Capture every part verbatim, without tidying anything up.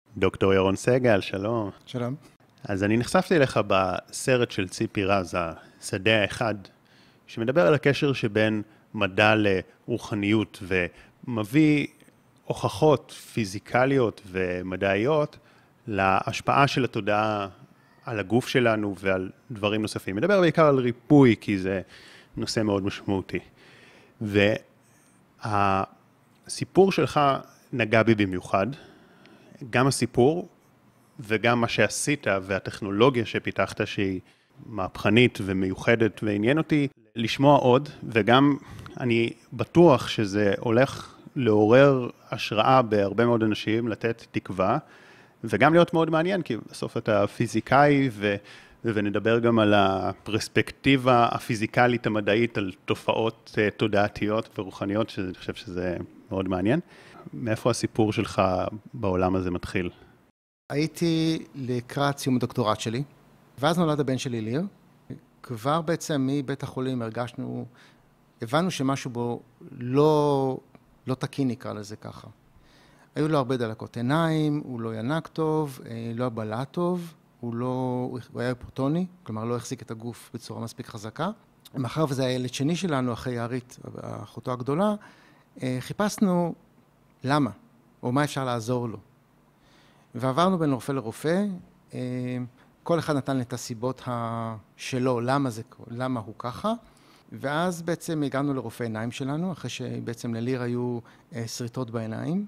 דוקטור ירון סגל, שלום. שלום. אז אני נחשפתי לך בסרט של ציפי רז, השדה האחד, שמדבר על הקשר שבין מדע לרוחניות, ומביא הוכחות פיזיקליות ומדעיות להשפעה של התודעה על הגוף שלנו ועל דברים נוספים. מדבר בעיקר על ריפוי, כי זה נושא מאוד משמעותי. והסיפור שלך נגע בי במיוחד, גם הסיפור וגם מה שעשית והטכנולוגיה שפיתחת שהיא מהפכנית ומיוחדת ועניין אותי לשמוע עוד, וגם אני בטוח שזה הולך לעורר השראה בהרבה מאוד אנשים, לתת תקווה, וגם להיות מאוד מעניין, כי בסוף אתה פיזיקאי ו... ונדבר גם על הפרספקטיבה הפיזיקלית המדעית, על תופעות תודעתיות ורוחניות, שאני חושב שזה מאוד מעניין. מאיפה הסיפור שלך בעולם הזה מתחיל? הייתי לקראת סיום הדוקטורט שלי, ואז נולד הבן שלי ליר. כבר בעצם מבית החולים הרגשנו, הבנו שמשהו בו לא, לא תקין נקרא לזה ככה. היו לו הרבה דלקות עיניים, הוא לא ינק טוב, לא בלע טוב, הוא, לא, הוא היה היפוטוני, כלומר לא החזיק את הגוף בצורה מספיק חזקה. מאחר וזה הילד שני שלנו, אחרי יערית, אחותו הגדולה, חיפשנו למה, או מה אפשר לעזור לו. ועברנו בין רופא לרופא, כל אחד נתן את הסיבות שלו, למה, זה, למה הוא ככה, ואז בעצם הגענו לרופא עיניים שלנו, אחרי שבעצם לליר היו שריטות בעיניים.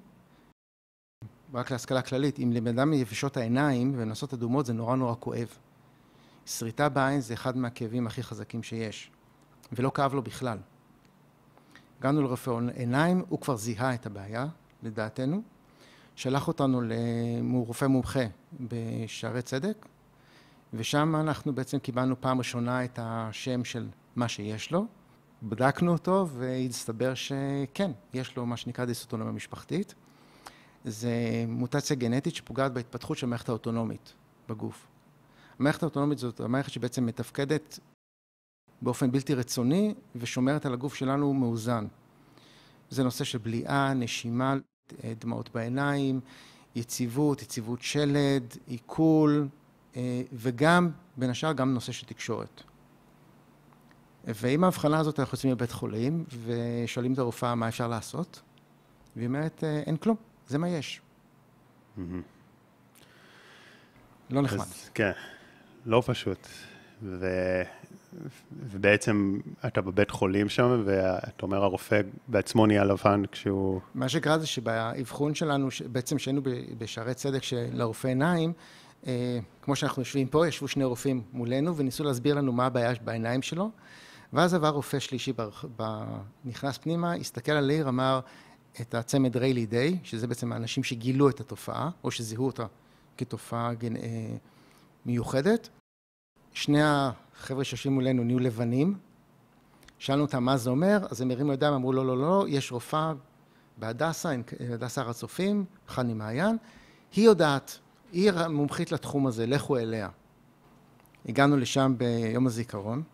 רק להשכלה כללית, אם לבן אדם מיבשות העיניים ונעשות אדומות, זה נורא נורא כואב. שריטה בעין זה אחד מהכאבים הכי חזקים שיש, ולא כאב לו בכלל. הגענו לרופא עיניים, הוא כבר זיהה את הבעיה, לדעתנו, שלח אותנו לרופא מומחה בשערי צדק, ושם אנחנו בעצם קיבלנו פעם ראשונה את השם של מה שיש לו, בדקנו אותו והסתבר שכן, יש לו מה שנקרא דיסאוטונומיה משפחתית. זה מוטציה גנטית שפוגעת בהתפתחות של המערכת האוטונומית בגוף. המערכת האוטונומית זאת המערכת שבעצם מתפקדת באופן בלתי רצוני ושומרת על הגוף שלנו מאוזן. זה נושא של בליעה, נשימה, דמעות בעיניים, יציבות, יציבות שלד, עיכול, וגם, בין השאר, גם נושא של תקשורת. ועם ההבחנה הזאת אנחנו יוצאים מבית חולים ושואלים את הרופאה מה אפשר לעשות, והיא אומרת, אין כלום. זה מה יש. לא נחמד. כן, לא פשוט. ובעצם אתה בבית חולים שם, ואתה אומר הרופא בעצמו נהיה לבן כשהוא... מה שקרה זה שבאבחון שלנו, בעצם שהיינו בשערי צדק של הרופא עיניים, כמו שאנחנו יושבים פה, ישבו שני רופאים מולנו, וניסו להסביר לנו מה הבעיה בעיניים שלו, ואז עבר רופא שלישי, נכנס פנימה, הסתכל על ליר, אמר, את הצמד ריילי דיי, שזה בעצם האנשים שגילו את התופעה, או שזיהו אותה כתופעה גנ... מיוחדת. שני החבר'ה שיושבים מולנו נהיו לבנים, שאלנו אותם מה זה אומר, אז הם הרימו ידיים, אמרו לא, לא, לא, יש רופאה בהדסה, הדסה הר הצופים, חני מעיין, היא יודעת, היא מומחית לתחום הזה, לכו אליה. הגענו לשם ביום הזיכרון,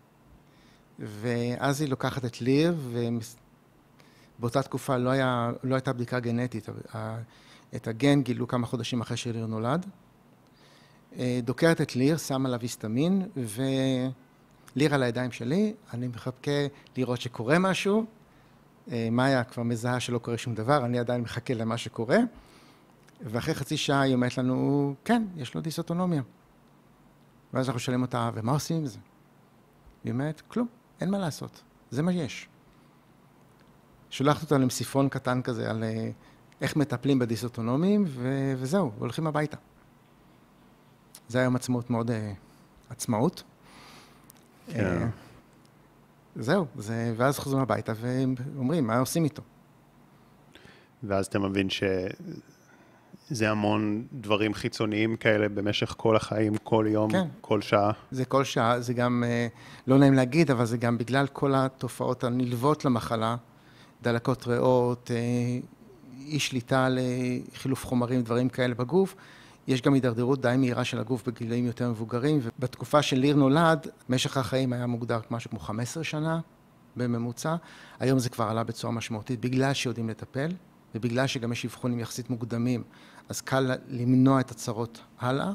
ואז היא לוקחת את ליר, ו... באותה תקופה לא, היה, לא הייתה בדיקה גנטית, את הגן גילו כמה חודשים אחרי שליר נולד. דוקרת את ליר, שם עליו היסטמין, וליר על הידיים שלי, אני מחכה לראות שקורה משהו. מאיה כבר מזהה שלא קורה שום דבר, אני עדיין מחכה למה שקורה. ואחרי חצי שעה היא אומרת לנו, כן, יש לו דיסאוטונומיה. ואז אנחנו שואלים אותה, ומה עושים עם זה? היא אומרת, כלום, אין מה לעשות, זה מה יש. שולחת אותנו עם סיפון קטן כזה על איך מטפלים בדיסאוטונומיים, ו- וזהו, הולכים הביתה. זה היום עצמאות מאוד, עצמאות. כן. זהו, זה, ואז חוזרים הביתה ואומרים, מה עושים איתו? ואז אתה מבין שזה המון דברים חיצוניים כאלה במשך כל החיים, כל יום, כן. כל שעה. זה כל שעה, זה גם, לא נעים להגיד, אבל זה גם בגלל כל התופעות הנלוות למחלה, דלקות ריאות, אי שליטה לחילוף חומרים, דברים כאלה בגוף. יש גם הידרדרות די מהירה של הגוף בגילאים יותר מבוגרים, ובתקופה של ליר נולד, משך החיים היה מוגדר משהו כמו חמש עשרה שנה בממוצע. היום זה כבר עלה בצורה משמעותית, בגלל שיודעים לטפל. ובגלל שגם יש אבחונים יחסית מוקדמים, אז קל למנוע את הצרות הלאה.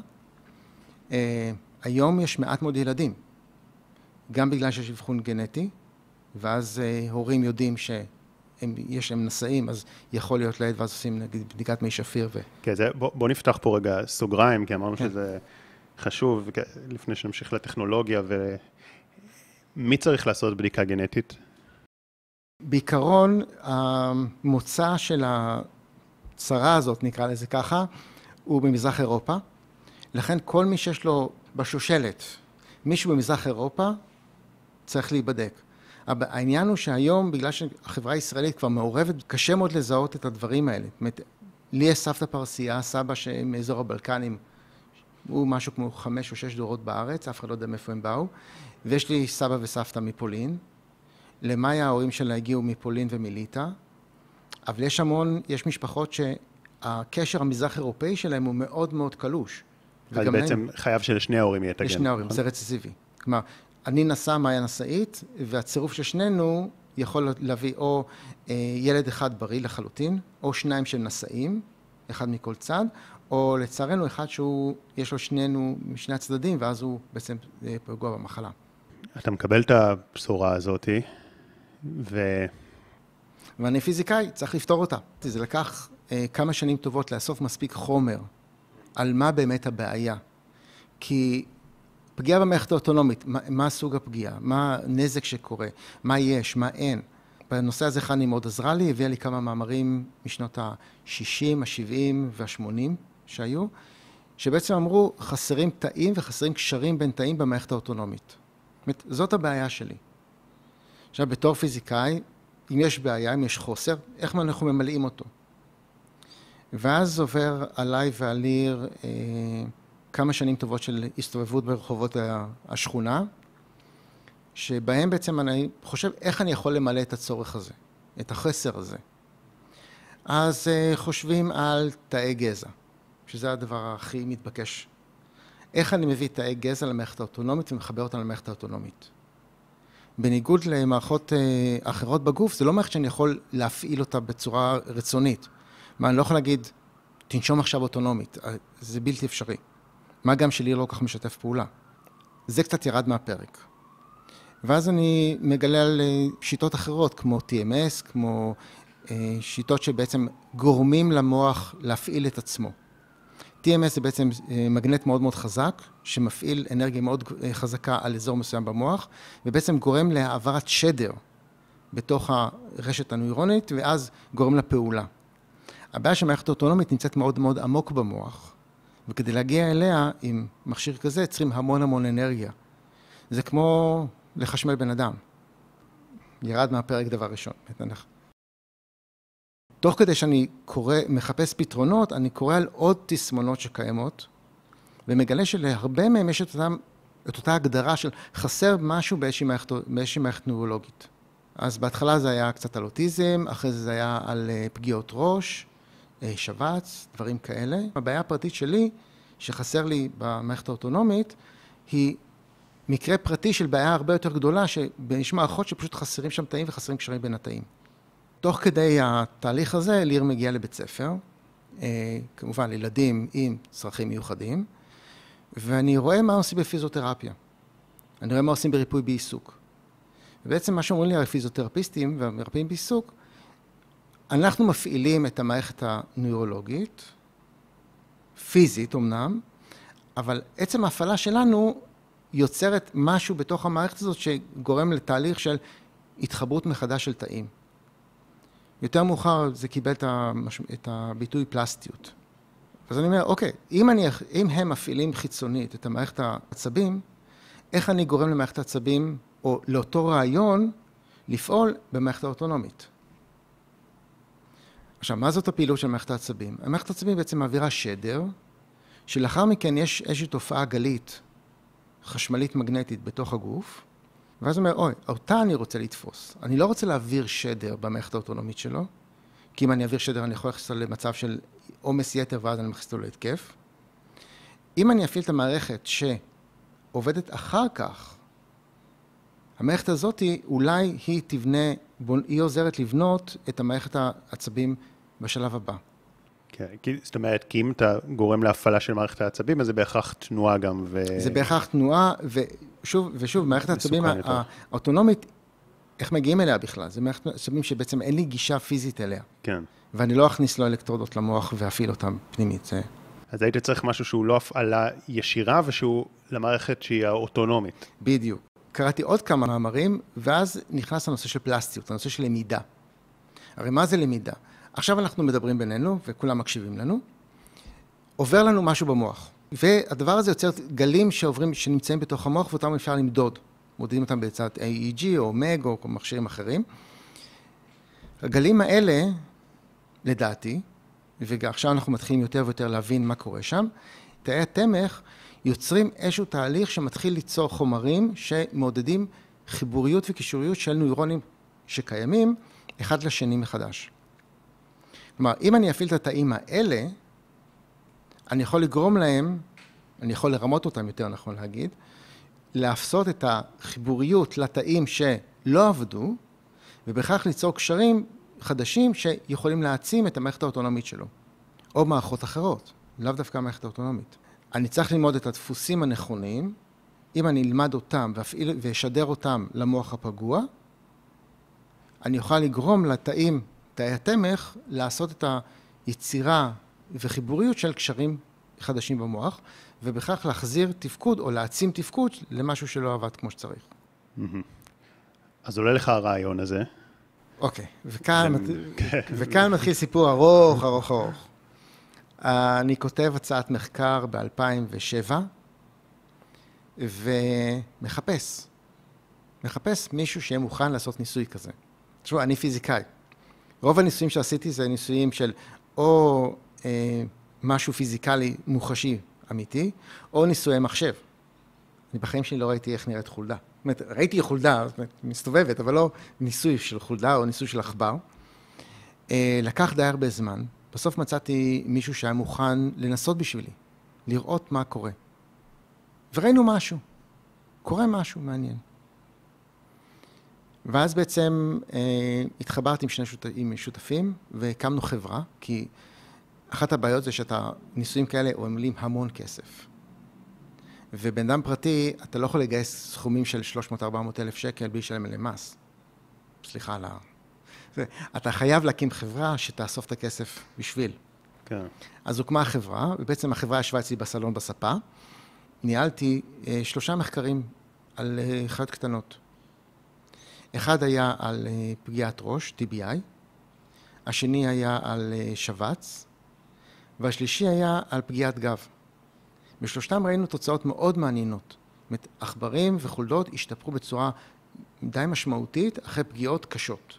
היום יש מעט מאוד ילדים, גם בגלל שיש אבחון גנטי, ואז הורים יודעים שיש להם נשאים, אז יכול להיות לילד, ואז עושים נגיד בדיקת מי שפיר. ו... כן, זה, בוא, בוא נפתח פה רגע סוגריים, כי אמרנו כן. שזה חשוב, לפני שנמשיך לטכנולוגיה, ומי צריך לעשות בדיקה גנטית? בעיקרון, המוצא של הצרה הזאת, נקרא לזה ככה, הוא במזרח אירופה. לכן כל מי שיש לו בשושלת, מישהו במזרח אירופה, צריך להיבדק. אבל העניין הוא שהיום, בגלל שהחברה הישראלית כבר מעורבת, קשה מאוד לזהות את הדברים האלה. זאת אומרת, לי יש סבתא פרסייה, סבא שמאזור הבלקנים, הוא משהו כמו חמש או שש דורות בארץ, אף אחד לא יודע מאיפה הם באו, ויש לי סבא וסבתא מפולין. למאיה ההורים שלה הגיעו מפולין ומליטא, אבל יש המון, יש משפחות שהקשר המזרח אירופאי שלהם הוא מאוד מאוד קלוש. אז בעצם להם, חייב שלשני ההורים יהיה את הגן. לשני ההורים, זה רצסיבי. כלומר, אני נשא, מאיה נשאית, והצירוף של שנינו יכול להביא או אה, ילד אחד בריא לחלוטין, או שניים שהם נשאים, אחד מכל צד, או לצערנו אחד שהוא, יש לו שנינו משני הצדדים, ואז הוא בעצם פגוע במחלה. אתה מקבל את הבשורה הזאת, ו... ואני פיזיקאי, צריך לפתור אותה. זה לקח אה, כמה שנים טובות לאסוף מספיק חומר על מה באמת הבעיה. כי פגיעה במערכת האוטונומית, מה, מה סוג הפגיעה, מה הנזק שקורה, מה יש, מה אין. בנושא הזה חני מאוד עזרה לי, הביאה לי כמה מאמרים משנות ה-שישים, ה-שבעים וה-שמונים שהיו, שבעצם אמרו חסרים תאים וחסרים קשרים בין תאים במערכת האוטונומית. זאת אומרת, זאת הבעיה שלי. עכשיו, בתור פיזיקאי, אם יש בעיה, אם יש חוסר, איך אנחנו ממלאים אותו? ואז עובר עליי ועל ליר אה, כמה שנים טובות של הסתובבות ברחובות השכונה, שבהם בעצם אני חושב איך אני יכול למלא את הצורך הזה, את החסר הזה. אז אה, חושבים על תאי גזע, שזה הדבר הכי מתבקש. איך אני מביא תאי גזע למערכת האוטונומית ומחבר אותם למערכת האוטונומית? בניגוד למערכות אחרות בגוף, זה לא מערכת שאני יכול להפעיל אותה בצורה רצונית. מה, אני לא יכול להגיד, תנשום עכשיו אוטונומית, זה בלתי אפשרי. מה גם שלי לא כך משתף פעולה. זה קצת ירד מהפרק. ואז אני מגלה על שיטות אחרות, כמו טי אם אס, כמו שיטות שבעצם גורמים למוח להפעיל את עצמו. טי אם אס זה בעצם מגנט מאוד מאוד חזק, שמפעיל אנרגיה מאוד חזקה על אזור מסוים במוח, ובעצם גורם להעברת שדר בתוך הרשת הנוירונית, ואז גורם לפעולה. הבעיה שהמערכת האוטונומית נמצאת מאוד מאוד עמוק במוח, וכדי להגיע אליה עם מכשיר כזה, צריכים המון המון אנרגיה. זה כמו לחשמל בן אדם. ירד מהפרק דבר ראשון. תוך כדי שאני קורא, מחפש פתרונות, אני קורא על עוד תסמונות שקיימות, ומגלה שלהרבה מהם יש את אותה, את אותה הגדרה של חסר משהו באיזושהי מערכת, באיזושהי מערכת נוירולוגית. אז בהתחלה זה היה קצת על אוטיזם, אחרי זה זה היה על פגיעות ראש, שבץ, דברים כאלה. הבעיה הפרטית שלי, שחסר לי במערכת האוטונומית, היא מקרה פרטי של בעיה הרבה יותר גדולה, שיש מערכות שפשוט חסרים שם תאים וחסרים קשרים בין התאים. תוך כדי התהליך הזה, ליר מגיע לבית ספר, כמובן לילדים עם צרכים מיוחדים, ואני רואה מה עושים בפיזיותרפיה. אני רואה מה עושים בריפוי בעיסוק. ובעצם מה שאומרים לי הפיזיותרפיסטים והמרפאים בעיסוק, אנחנו מפעילים את המערכת הנוירולוגית, פיזית אמנם, אבל עצם ההפעלה שלנו יוצרת משהו בתוך המערכת הזאת שגורם לתהליך של התחברות מחדש של תאים. יותר מאוחר זה קיבל את הביטוי פלסטיות. אז אני אומר, אוקיי, אם, אני, אם הם מפעילים חיצונית את המערכת העצבים, איך אני גורם למערכת העצבים, או לאותו רעיון, לפעול במערכת האוטונומית? עכשיו, מה זאת הפעילות של מערכת העצבים? המערכת העצבים בעצם מעבירה שדר, שלאחר מכן יש איזושהי תופעה גלית, חשמלית מגנטית בתוך הגוף, ואז הוא אומר, אוי, אותה אני רוצה לתפוס. אני לא רוצה להעביר שדר במערכת האוטונומית שלו, כי אם אני אעביר שדר אני יכול להכניס אותו למצב של עומס יתר, ואז אני מכניס אותו להתקף. אם אני אפעיל את המערכת שעובדת אחר כך, המערכת הזאת אולי היא תבנה, היא עוזרת לבנות את המערכת העצבים בשלב הבא. כן, זאת אומרת, כי אם אתה גורם להפעלה של מערכת העצבים, אז זה בהכרח תנועה גם. ו... זה בהכרח תנועה, ושוב, ושוב, מערכת העצבים האוטונומית, איך מגיעים אליה בכלל? זה מערכת העצבים שבעצם אין לי גישה פיזית אליה. כן. ואני לא אכניס לו אלקטרודות למוח ואפעיל אותם פנימית. זה... אז היית צריך משהו שהוא לא הפעלה ישירה, ושהוא למערכת שהיא האוטונומית. בדיוק. קראתי עוד כמה מאמרים, ואז נכנס הנושא של פלסטיות, הנושא של למידה. הרי מה זה למידה? עכשיו אנחנו מדברים בינינו, וכולם מקשיבים לנו. עובר לנו משהו במוח. והדבר הזה יוצר גלים שעוברים, שנמצאים בתוך המוח, ואותם אפשר למדוד. מודדים אותם בצד איי אי ג'י או מג או מכשירים אחרים. הגלים האלה, לדעתי, ועכשיו אנחנו מתחילים יותר ויותר להבין מה קורה שם, תאי התמך יוצרים איזשהו תהליך שמתחיל ליצור חומרים שמעודדים חיבוריות וקישוריות של נוירונים שקיימים אחד לשני מחדש. כלומר, אם אני אפעיל את התאים האלה, אני יכול לגרום להם, אני יכול לרמות אותם יותר נכון להגיד, להפסות את החיבוריות לתאים שלא עבדו, ובכך ליצור קשרים חדשים שיכולים להעצים את המערכת האוטונומית שלו, או מערכות אחרות, לאו דווקא המערכת האוטונומית. אני צריך ללמוד את הדפוסים הנכונים, אם אני אלמד אותם ואפעיל, ואשדר אותם למוח הפגוע, אני אוכל לגרום לתאים, תאי התמך, לעשות את היצירה וחיבוריות של קשרים חדשים במוח, ובכך להחזיר תפקוד או להעצים תפקוד למשהו שלא עבד כמו שצריך. אז עולה לך הרעיון הזה. אוקיי, וכאן מתחיל סיפור ארוך, ארוך, ארוך. אני כותב הצעת מחקר ב-אלפיים ושבע, ומחפש, מחפש מישהו שיהיה מוכן לעשות ניסוי כזה. תשמעו, אני פיזיקאי. רוב הניסויים שעשיתי זה ניסויים של או אה, משהו פיזיקלי מוחשי אמיתי, או ניסויי מחשב. אני בחיים שלי לא ראיתי איך נראית חולדה. זאת אומרת, ראיתי חולדה, זאת אומרת, מסתובבת, אבל לא ניסוי של חולדה או ניסוי של עכבר. אה, לקח די הרבה זמן. בסוף מצאתי מישהו שהיה מוכן לנסות בשבילי, לראות מה קורה. וראינו משהו. קורה משהו מעניין. ואז בעצם אה, התחברתי עם שני שות... עם שותפים, והקמנו חברה, כי אחת הבעיות זה שאתה, ניסויים כאלה עולים המון כסף. ובן אדם פרטי, אתה לא יכול לגייס סכומים של שלוש מאות עד ארבע מאות אלף שקל בלי לשלם עליהם מס. סליחה על ה... אתה חייב להקים חברה שתאסוף את הכסף בשביל. כן. אז הוקמה החברה, ובעצם החברה ישבה אצלי בסלון בספה. ניהלתי אה, שלושה מחקרים על אה, חיות קטנות. אחד היה על אה, פגיעת ראש, טי בי איי, השני היה על אה, שבץ, והשלישי היה על פגיעת גב. בשלושתם ראינו תוצאות מאוד מעניינות. זאת אומרת, עכברים וחולדות השתפרו בצורה די משמעותית אחרי פגיעות קשות.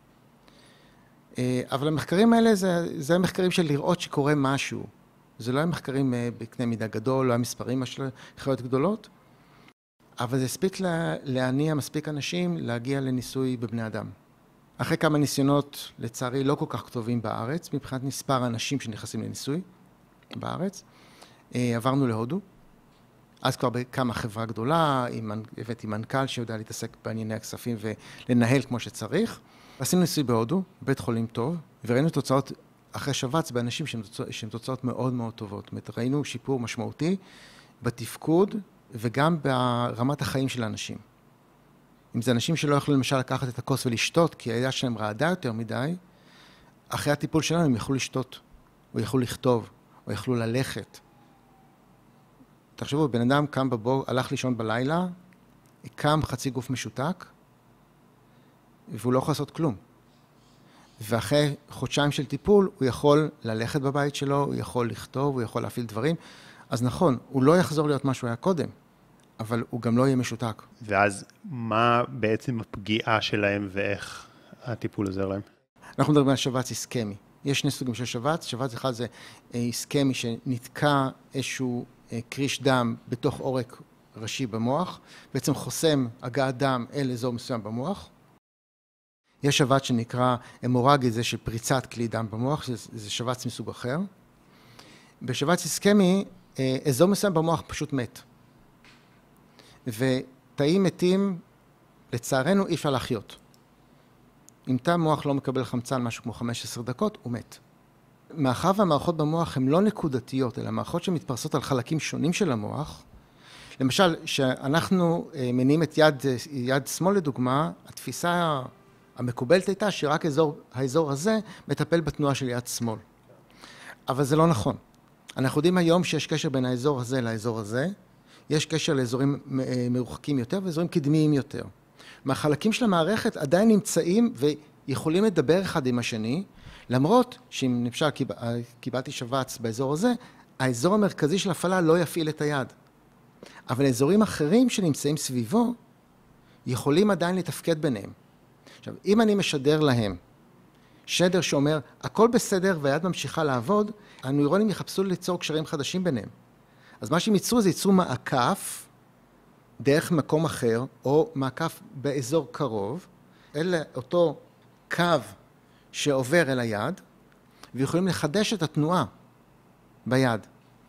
אבל המחקרים האלה זה, זה המחקרים של לראות שקורה משהו. זה לא המחקרים בקנה מידה גדול, לא המספרים של חיות גדולות, אבל זה הספיק לה, להניע מספיק אנשים להגיע לניסוי בבני אדם. אחרי כמה ניסיונות, לצערי, לא כל כך כתובים בארץ, מבחינת מספר האנשים שנכנסים לניסוי בארץ, עברנו להודו. אז כבר בכמה חברה גדולה, הבאתי מנכ"ל שיודע להתעסק בענייני הכספים ולנהל כמו שצריך. עשינו ניסוי בהודו, בית חולים טוב, וראינו תוצאות אחרי שבץ באנשים שהן תוצאות, שהן תוצאות מאוד מאוד טובות. זאת אומרת, ראינו שיפור משמעותי בתפקוד וגם ברמת החיים של האנשים. אם זה אנשים שלא יכלו למשל לקחת את הכוס ולשתות, כי היד שלהם רעדה יותר מדי, אחרי הטיפול שלנו הם יכלו לשתות, או יכלו לכתוב, או יכלו ללכת. תחשבו, בן אדם קם בבוקר, הלך לישון בלילה, קם חצי גוף משותק, והוא לא יכול לעשות כלום. ואחרי חודשיים של טיפול, הוא יכול ללכת בבית שלו, הוא יכול לכתוב, הוא יכול להפעיל דברים. אז נכון, הוא לא יחזור להיות מה שהוא היה קודם, אבל הוא גם לא יהיה משותק. ואז מה בעצם הפגיעה שלהם ואיך הטיפול עוזר להם? אנחנו מדברים על שבץ איסקמי. יש שני סוגים של שבץ. שבץ אחד זה איסקמי שנתקע איזשהו קריש דם בתוך עורק ראשי במוח, בעצם חוסם הגעת דם אל אזור מסוים במוח. יש שבץ שנקרא המורגי, זה של פריצת כלי דם במוח, זה שבץ מסוג אחר. בשבץ איסקמי, אזור מסוים במוח פשוט מת. ותאים מתים, לצערנו, אי אפשר להחיות. אם תא מוח לא מקבל חמצן משהו כמו חמש עשרה דקות, הוא מת. מאחר והמערכות במוח הן לא נקודתיות, אלא מערכות שמתפרסות על חלקים שונים של המוח, למשל, שאנחנו מניעים את יד, יד שמאל לדוגמה, התפיסה המקובלת הייתה שרק האזור, האזור הזה מטפל בתנועה של יד שמאל. אבל זה לא נכון. אנחנו יודעים היום שיש קשר בין האזור הזה לאזור הזה, יש קשר לאזורים מרוחקים יותר ואזורים קדמיים יותר. מהחלקים של המערכת עדיין נמצאים ויכולים לדבר אחד עם השני, למרות שאם למשל קיבלתי שבץ באזור הזה, האזור המרכזי של הפעלה לא יפעיל את היד. אבל אזורים אחרים שנמצאים סביבו, יכולים עדיין לתפקד ביניהם. עכשיו, אם אני משדר להם שדר שאומר, הכל בסדר והיד ממשיכה לעבוד, הנוירונים יחפשו ליצור קשרים חדשים ביניהם. אז מה שהם ייצרו זה ייצרו מעקף דרך מקום אחר, או מעקף באזור קרוב, אל אותו קו שעובר אל היד, ויכולים לחדש את התנועה ביד.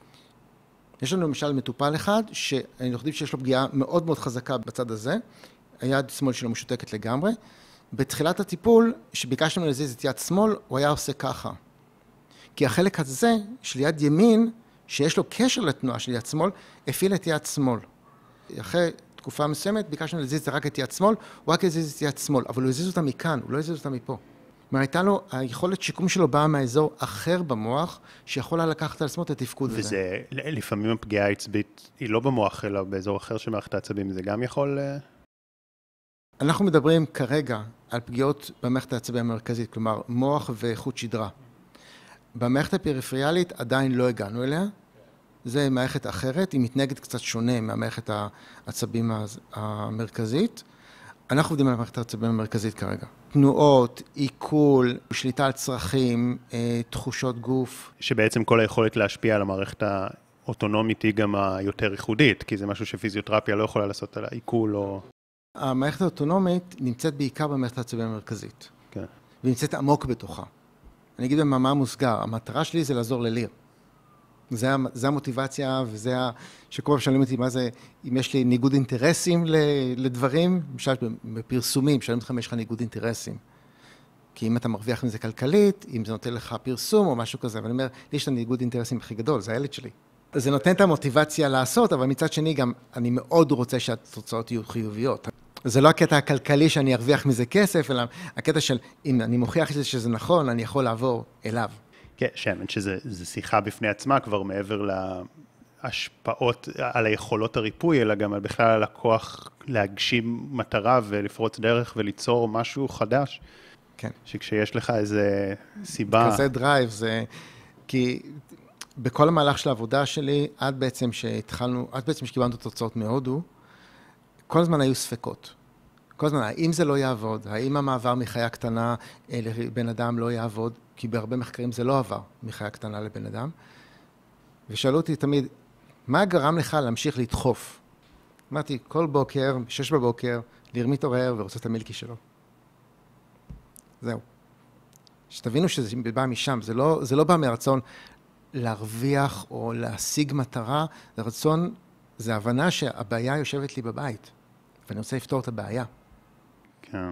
יש לנו למשל מטופל אחד, שאני חושב שיש לו פגיעה מאוד מאוד חזקה בצד הזה, היד שמאל שלו משותקת לגמרי. בתחילת הטיפול, שביקשנו להזיז את יד שמאל, הוא היה עושה ככה. כי החלק הזה של יד ימין, שיש לו קשר לתנועה של יד שמאל, הפעיל את יד שמאל. אחרי תקופה מסוימת, ביקשנו להזיז רק את יד שמאל, הוא רק הזיז את יד שמאל, אבל הוא הזיז אותה מכאן, הוא לא הזיז אותה מפה. כלומר, הייתה לו, היכולת שיקום שלו באה מהאזור אחר במוח, שיכולה לקחת על עצמו את התפקוד הזה. וזה, לפעמים הפגיעה העצבית היא לא במוח, אלא באזור אחר של מערכת העצבים, זה גם יכול... אנחנו מדברים כרגע על פגיעות במערכת העצבים המרכזית, כלומר, מוח וחוט שדרה. במערכת הפריפריאלית עדיין לא הגענו אליה, זה מערכת אחרת, היא מתנהגת קצת שונה מהמערכת העצבים המרכזית. אנחנו עובדים על המערכת העצבים המרכזית כרגע. תנועות, עיכול, שליטה על צרכים, תחושות גוף. שבעצם כל היכולת להשפיע על המערכת האוטונומית היא גם היותר ייחודית, כי זה משהו שפיזיותרפיה לא יכולה לעשות על העיכול או... המערכת האוטונומית נמצאת בעיקר במערכת העצבים המרכזית. כן. ונמצאת עמוק בתוכה. אני אגיד במאמר מוסגר, המטרה שלי זה לעזור לליר. זה, זה המוטיבציה, וזה ה... שכל פעם שואלים אותי מה זה, אם יש לי ניגוד אינטרסים לדברים, למשל בפרסומים, שואלים אותך אם יש לך ניגוד אינטרסים. כי אם אתה מרוויח מזה כלכלית, אם זה נותן לך פרסום או משהו כזה, ואני אומר, לי יש את הניגוד אינטרסים הכי גדול, זה הילד שלי. זה נותן את המוטיבציה לעשות, אבל מצד שני גם אני מאוד רוצה שהתוצאות יהיו חיוביות. זה לא הקטע הכלכלי שאני ארוויח מזה כסף, אלא הקטע של אם אני מוכיח שזה נכון, אני יכול לעבור אליו. כן, שמן, שזה שיחה בפני עצמה כבר מעבר להשפעות על היכולות הריפוי, אלא גם בכלל על הכוח להגשים מטרה ולפרוץ דרך וליצור משהו חדש. כן. שכשיש לך איזה סיבה... כזה דרייב, זה... כי בכל המהלך של העבודה שלי, עד בעצם שהתחלנו, עד בעצם שקיבלנו את התוצאות מהודו, כל הזמן היו ספקות. כל הזמן, האם זה לא יעבוד? האם המעבר מחיה קטנה לבן אדם לא יעבוד? כי בהרבה מחקרים זה לא עבר מחיה קטנה לבן אדם. ושאלו אותי תמיד, מה גרם לך להמשיך לדחוף? אמרתי, כל בוקר, שש בבוקר, ליר מתעורר ורוצה את המילקי שלו. זהו. שתבינו שזה בא משם, זה לא, זה לא בא מרצון להרוויח או להשיג מטרה, זה רצון, זה הבנה שהבעיה יושבת לי בבית, ואני רוצה לפתור את הבעיה. כן.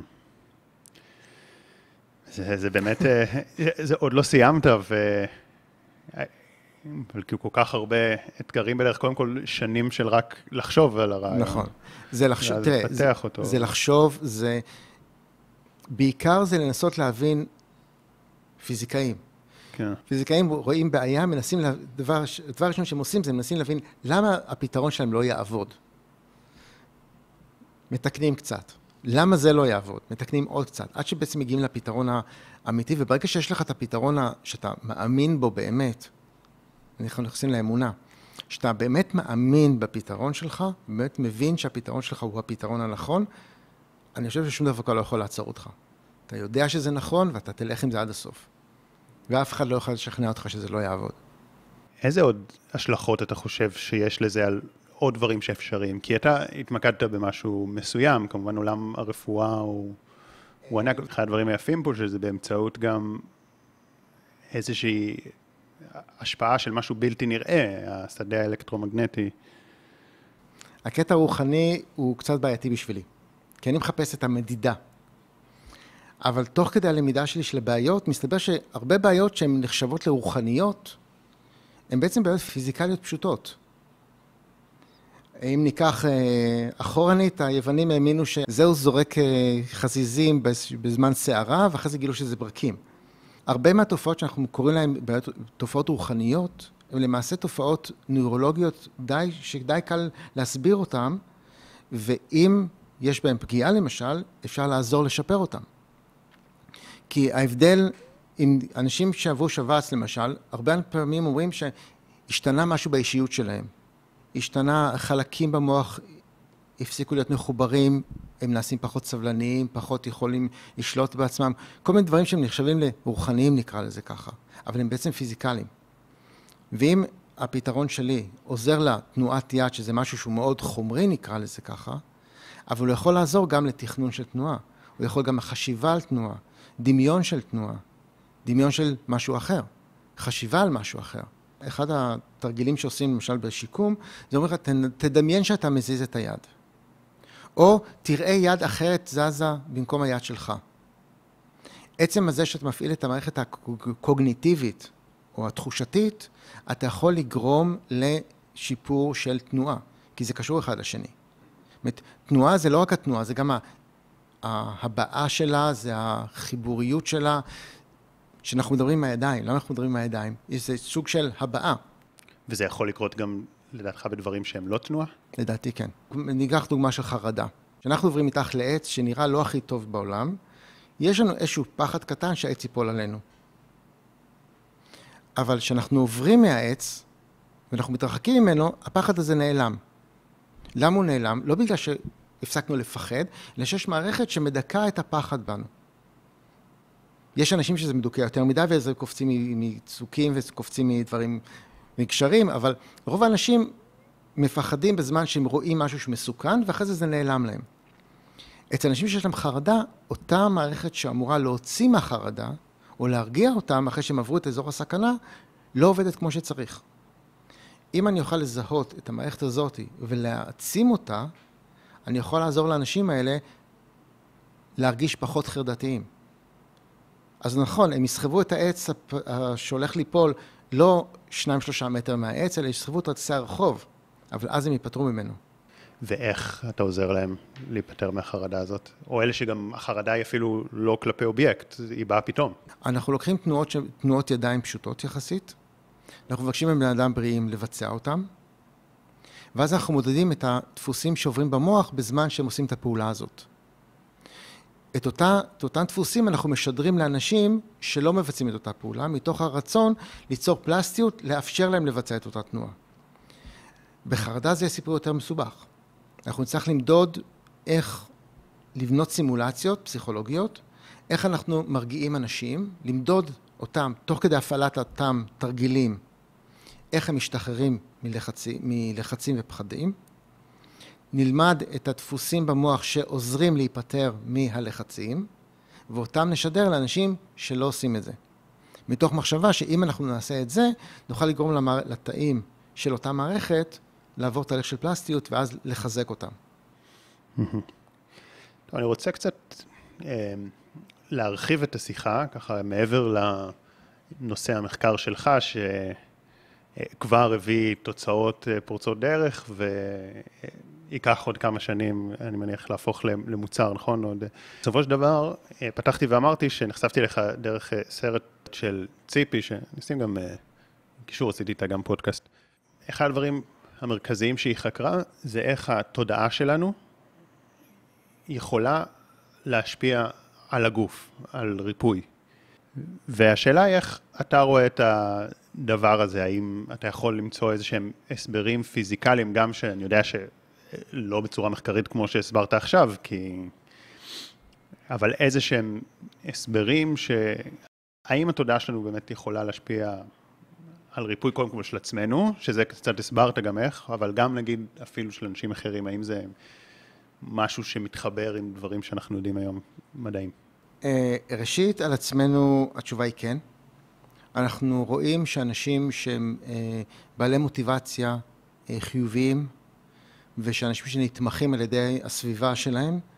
זה, זה באמת, זה עוד לא סיימת, ו... אבל כי כל כך הרבה אתגרים בדרך, קודם כל שנים של רק לחשוב על הרעיון. נכון. זה לחשוב, תראה, זה, זה לחשוב, זה, בעיקר זה לנסות להבין פיזיקאים. כן. פיזיקאים רואים בעיה, מנסים, דבר, דבר ראשון שהם עושים, זה מנסים להבין למה הפתרון שלהם לא יעבוד. מתקנים קצת. למה זה לא יעבוד? מתקנים עוד קצת. עד שבעצם מגיעים לפתרון האמיתי, וברגע שיש לך את הפתרון שאתה מאמין בו באמת, אנחנו נכנסים לאמונה, שאתה באמת מאמין בפתרון שלך, באמת מבין שהפתרון שלך הוא הפתרון הנכון, אני חושב ששום דבר לא יכול לעצור אותך. אתה יודע שזה נכון, ואתה תלך עם זה עד הסוף. ואף אחד לא יכול לשכנע אותך שזה לא יעבוד. איזה עוד השלכות אתה חושב שיש לזה על עוד דברים שאפשריים? כי אתה התמקדת במשהו מסוים, כמובן עולם הרפואה הוא, הוא ענק. אחד הדברים היפים פה שזה באמצעות גם איזושהי השפעה של משהו בלתי נראה, השדה האלקטרומגנטי. הקטע הרוחני הוא קצת בעייתי בשבילי, כי אני מחפש את המדידה. אבל תוך כדי הלמידה שלי של הבעיות, מסתבר שהרבה בעיות שהן נחשבות לרוחניות, הן בעצם בעיות פיזיקליות פשוטות. אם ניקח אחורנית, היוונים האמינו שזהו זורק חזיזים בזמן שערה, ואחרי זה גילו שזה ברקים. הרבה מהתופעות שאנחנו קוראים להן תופעות רוחניות, הן למעשה תופעות נוירולוגיות די, שדי קל להסביר אותן, ואם יש בהן פגיעה למשל, אפשר לעזור לשפר אותן. כי ההבדל עם אנשים שעברו שבץ למשל, הרבה פעמים אומרים שהשתנה משהו באישיות שלהם. השתנה חלקים במוח, הפסיקו להיות מחוברים, הם נעשים פחות סבלניים, פחות יכולים לשלוט בעצמם, כל מיני דברים שהם נחשבים לרוחניים נקרא לזה ככה, אבל הם בעצם פיזיקליים. ואם הפתרון שלי עוזר לתנועת יד, שזה משהו שהוא מאוד חומרי נקרא לזה ככה, אבל הוא יכול לעזור גם לתכנון של תנועה, הוא יכול גם לחשיבה על תנועה, דמיון של תנועה, דמיון של משהו אחר, חשיבה על משהו אחר. אחד התרגילים שעושים למשל בשיקום, זה אומר לך, תדמיין שאתה מזיז את היד. או תראה יד אחרת זזה במקום היד שלך. עצם הזה שאתה מפעיל את המערכת הקוגניטיבית או התחושתית, אתה יכול לגרום לשיפור של תנועה, כי זה קשור אחד לשני. זאת אומרת, תנועה זה לא רק התנועה, זה גם ההבעה שלה, זה החיבוריות שלה, שאנחנו מדברים מהידיים. למה אנחנו מדברים מהידיים? זה סוג של הבעה. וזה יכול לקרות גם, לדעתך, בדברים שהם לא תנועה? לדעתי כן. ניקח דוגמה של חרדה. כשאנחנו עוברים מתחת לעץ, שנראה לא הכי טוב בעולם, יש לנו איזשהו פחד קטן שהעץ ייפול עלינו. אבל כשאנחנו עוברים מהעץ, ואנחנו מתרחקים ממנו, הפחד הזה נעלם. למה הוא נעלם? לא בגלל שהפסקנו לפחד, אלא שיש מערכת שמדכא את הפחד בנו. יש אנשים שזה מדוכא יותר מדי, וזה קופצים מצוקים וקופצים מדברים מקשרים, אבל רוב האנשים מפחדים בזמן שהם רואים משהו שמסוכן, ואחרי זה זה נעלם להם. אצל אנשים שיש להם חרדה, אותה מערכת שאמורה להוציא מהחרדה, או להרגיע אותם אחרי שהם עברו את אזור הסכנה, לא עובדת כמו שצריך. אם אני אוכל לזהות את המערכת הזאת ולהעצים אותה, אני יכול לעזור לאנשים האלה להרגיש פחות חרדתיים. אז נכון, הם יסחבו את העץ שהולך ליפול לא שניים שלושה מטר מהעץ, אלא יסחבו את עצי הרחוב, אבל אז הם ייפטרו ממנו. ואיך אתה עוזר להם להיפטר מהחרדה הזאת? או אלה שגם החרדה היא אפילו לא כלפי אובייקט, היא באה פתאום. אנחנו לוקחים תנועות, תנועות ידיים פשוטות יחסית, אנחנו מבקשים מבני אדם בריאים לבצע אותם, ואז אנחנו מודדים את הדפוסים שעוברים במוח בזמן שהם עושים את הפעולה הזאת. את, אותה, את אותם דפוסים אנחנו משדרים לאנשים שלא מבצעים את אותה פעולה, מתוך הרצון ליצור פלסטיות, לאפשר להם לבצע את אותה תנועה. בחרדה זה סיפור יותר מסובך. אנחנו נצטרך למדוד איך לבנות סימולציות פסיכולוגיות, איך אנחנו מרגיעים אנשים, למדוד אותם תוך כדי הפעלת אותם תרגילים, איך הם משתחררים מלחצים, מלחצים ופחדים, נלמד את הדפוסים במוח שעוזרים להיפטר מהלחצים, ואותם נשדר לאנשים שלא עושים את זה. מתוך מחשבה שאם אנחנו נעשה את זה, נוכל לגרום למע... לתאים של אותה מערכת, לעבור תהליך של פלסטיות, ואז לחזק אותם. טוב, אני רוצה קצת אה, להרחיב את השיחה, ככה מעבר לנושא המחקר שלך, שכבר הביא תוצאות פורצות דרך, ו... ייקח עוד כמה שנים, אני מניח, להפוך למוצר, נכון? עוד... בסופו של דבר, פתחתי ואמרתי שנחשפתי לך דרך סרט של ציפי, שניסים גם קישור, עשיתי איתה גם פודקאסט. אחד הדברים המרכזיים שהיא חקרה, זה איך התודעה שלנו יכולה להשפיע על הגוף, על ריפוי. והשאלה היא איך אתה רואה את הדבר הזה, האם אתה יכול למצוא איזה שהם הסברים פיזיקליים, גם שאני יודע ש... לא בצורה מחקרית כמו שהסברת עכשיו, כי... אבל איזה שהם הסברים ש... האם התודעה שלנו באמת יכולה להשפיע על ריפוי קודם כל של עצמנו, שזה קצת הסברת גם איך, אבל גם נגיד אפילו של אנשים אחרים, האם זה משהו שמתחבר עם דברים שאנחנו יודעים היום מדעים? ראשית, על עצמנו התשובה היא כן. אנחנו רואים שאנשים שהם בעלי מוטיבציה חיוביים, ושאנשים שנתמכים על ידי הסביבה שלהם,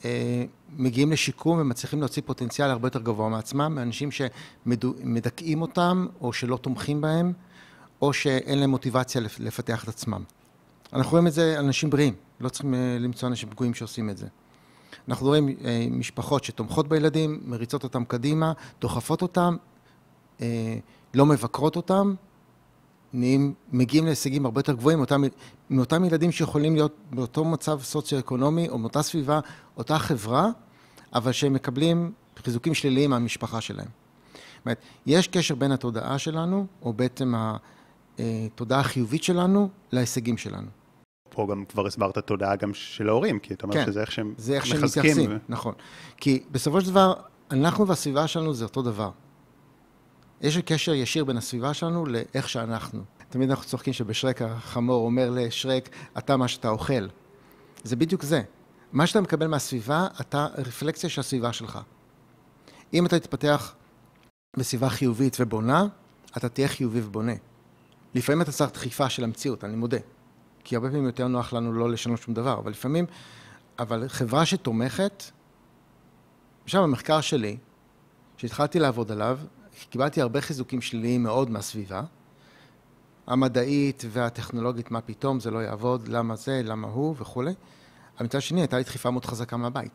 מגיעים לשיקום ומצליחים להוציא פוטנציאל הרבה יותר גבוה מעצמם, מאנשים שמדכאים אותם, או שלא תומכים בהם, או שאין להם מוטיבציה לפתח את עצמם. אנחנו רואים את זה אנשים בריאים, לא צריכים למצוא אנשים פגועים שעושים את זה. אנחנו רואים משפחות שתומכות בילדים, מריצות אותם קדימה, דוחפות אותם, לא מבקרות אותם, נהיים, מגיעים להישגים הרבה יותר גבוהים, מאותם, מאותם ילדים שיכולים להיות באותו מצב סוציו-אקונומי, או מאותה סביבה, אותה חברה, אבל שהם מקבלים חיזוקים שליליים מהמשפחה שלהם. זאת אומרת, יש קשר בין התודעה שלנו, או בעצם התודעה החיובית שלנו, להישגים שלנו. פה גם כבר הסברת תודעה גם של ההורים, כי אתה אומר כן, שזה איך שהם זה איך שהם מחזקים. מתייחסים, ו... נכון. כי בסופו של דבר, אנחנו והסביבה שלנו זה אותו דבר. יש קשר ישיר בין הסביבה שלנו לאיך שאנחנו. תמיד אנחנו צוחקים שבשרק החמור אומר לשרק, אתה מה שאתה אוכל. זה בדיוק זה. מה שאתה מקבל מהסביבה, אתה רפלקציה של הסביבה שלך. אם אתה תתפתח בסביבה חיובית ובונה, אתה תהיה חיובי ובונה. לפעמים אתה צריך דחיפה של המציאות, אני מודה. כי הרבה פעמים יותר נוח לנו לא לשנות שום דבר, אבל לפעמים, אבל חברה שתומכת, עכשיו המחקר שלי, שהתחלתי לעבוד עליו, קיבלתי הרבה חיזוקים שליליים מאוד מהסביבה, המדעית והטכנולוגית, מה פתאום, זה לא יעבוד, למה זה, למה הוא וכו'. אבל מצד שני, הייתה לי דחיפה מאוד חזקה מהבית.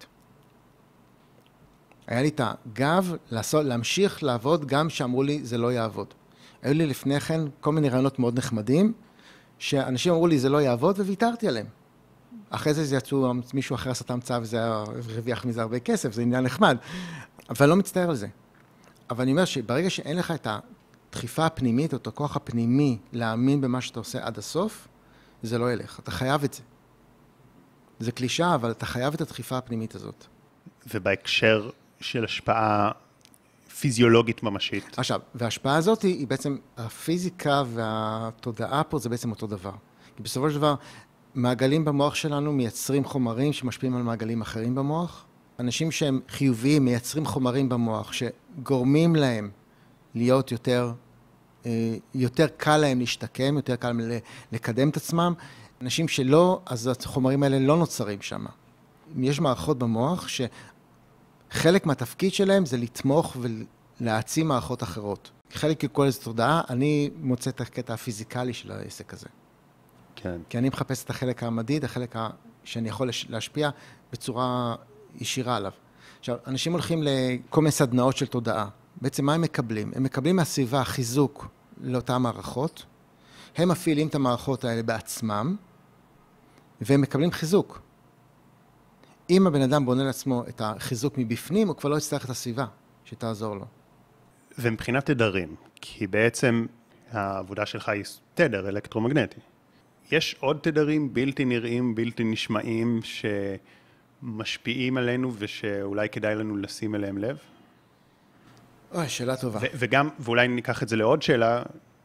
היה לי את הגב לעשות, להמשיך לעבוד גם שאמרו לי, זה לא יעבוד. היו לי לפני כן כל מיני רעיונות מאוד נחמדים, שאנשים אמרו לי, זה לא יעבוד, וויתרתי עליהם. אחרי זה, זה יצאו, מישהו אחר עשה המצאה, וזה הרוויח מזה הרבה כסף, זה עניין נחמד. אבל אני לא מצטער על זה. אבל אני אומר שברגע שאין לך את הדחיפה הפנימית, או את הכוח הפנימי להאמין במה שאתה עושה עד הסוף, זה לא ילך. אתה חייב את זה. זה קלישה, אבל אתה חייב את הדחיפה הפנימית הזאת. ובהקשר של השפעה פיזיולוגית ממשית. עכשיו, וההשפעה הזאת היא בעצם, הפיזיקה והתודעה פה זה בעצם אותו דבר. כי בסופו של דבר, מעגלים במוח שלנו מייצרים חומרים שמשפיעים על מעגלים אחרים במוח. אנשים שהם חיוביים מייצרים חומרים במוח שגורמים להם להיות יותר, יותר קל להם להשתקם, יותר קל להם לקדם את עצמם. אנשים שלא, אז החומרים האלה לא נוצרים שם. יש מערכות במוח שחלק מהתפקיד שלהם זה לתמוך ולהעצים מערכות אחרות. חלק מכל איזו תודעה, אני מוצא את הקטע הפיזיקלי של העסק הזה. כן. כי אני מחפש את החלק המדיד, החלק שאני יכול להשפיע בצורה ישירה עליו. עכשיו, אנשים הולכים לכל מיני סדנאות של תודעה. בעצם מה הם מקבלים? הם מקבלים מהסביבה חיזוק לאותן מערכות, הם מפעילים את המערכות האלה בעצמם, והם מקבלים חיזוק. אם הבן אדם בונה לעצמו את החיזוק מבפנים, הוא כבר לא יצטרך את הסביבה שתעזור לו. ומבחינת תדרים, כי בעצם העבודה שלך היא תדר אלקטרומגנטי. יש עוד תדרים בלתי נראים, בלתי נשמעים, שמשפיעים עלינו ושאולי כדאי לנו לשים אליהם לב? אוי, שאלה טובה. ו- וגם, ואולי ניקח את זה לעוד שאלה,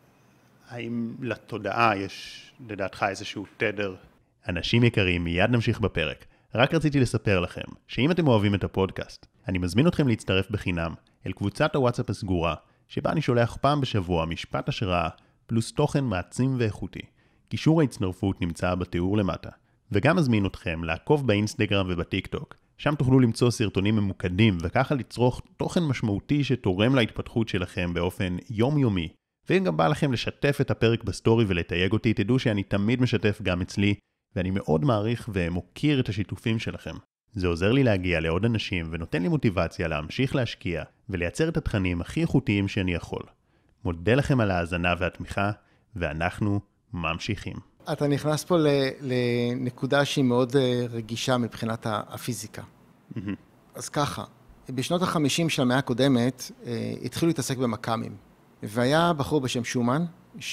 האם לתודעה יש לדעתך איזשהו תדר? אנשים יקרים, מיד נמשיך בפרק. רק רציתי לספר לכם, שאם אתם אוהבים את הפודקאסט, אני מזמין אתכם להצטרף בחינם אל קבוצת הוואטסאפ הסגורה, שבה אני שולח פעם בשבוע משפט השראה, פלוס תוכן מעצים ואיכותי. קישור ההצטרפות נמצא בתיאור למטה. וגם מזמין אתכם לעקוב באינסטגרם ובטיק טוק. שם תוכלו למצוא סרטונים ממוקדים, וככה לצרוך תוכן משמעותי שתורם להתפתחות שלכם באופן יומיומי. ואם גם בא לכם לשתף את הפרק בסטורי ולתייג אותי, תדעו שאני תמיד משתף גם אצלי, ואני מאוד מעריך ומוקיר את השיתופים שלכם. זה עוזר לי להגיע לעוד אנשים ונותן לי מוטיבציה להמשיך להשקיע ולייצר את התכנים הכי איכותיים שאני יכול. מודה לכם על ההאזנה והתמיכה, ואנחנו ממשיכים. אתה נכנס פה לנקודה שהיא מאוד רגישה מבחינת הפיזיקה. אז ככה, בשנות ה-חמישים של המאה הקודמת התחילו להתעסק במקמים. והיה בחור בשם שומן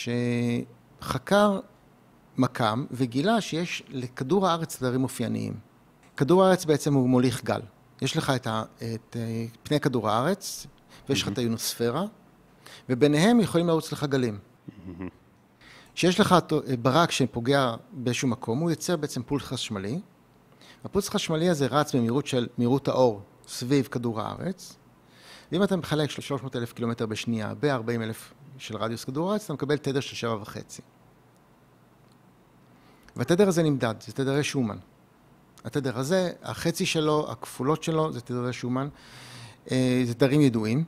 שחקר מקם וגילה שיש לכדור הארץ תדרים אופייניים. כדור הארץ בעצם הוא מוליך גל. יש לך את, ה, את פני כדור הארץ ויש לך את היונוספירה, וביניהם יכולים לערוץ לך גלים. שיש לך ברק שפוגע באיזשהו מקום, הוא יוצר בעצם פולס חשמלי. הפולס החשמלי הזה רץ במהירות של מהירות האור סביב כדור הארץ, ואם אתה מחלק של שלוש מאות אלף קילומטר בשנייה ב-ארבעים אלף של רדיוס כדור הארץ, אתה מקבל תדר של שבע וחצי. והתדר הזה נמדד, זה תדרי שומן. התדר הזה, החצי שלו, הכפולות שלו, זה תדרי שומן, זה תדרים ידועים.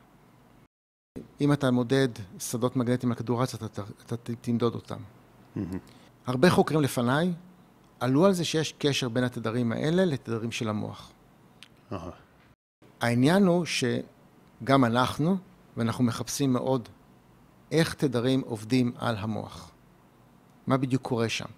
אם אתה מודד שדות מגנטיים על כדור הארץ, אתה, אתה תמדוד אותם. Mm-hmm. הרבה חוקרים לפניי עלו על זה שיש קשר בין התדרים האלה לתדרים של המוח. Uh-huh. העניין הוא שגם אנחנו, ואנחנו מחפשים מאוד איך תדרים עובדים על המוח. מה בדיוק קורה שם.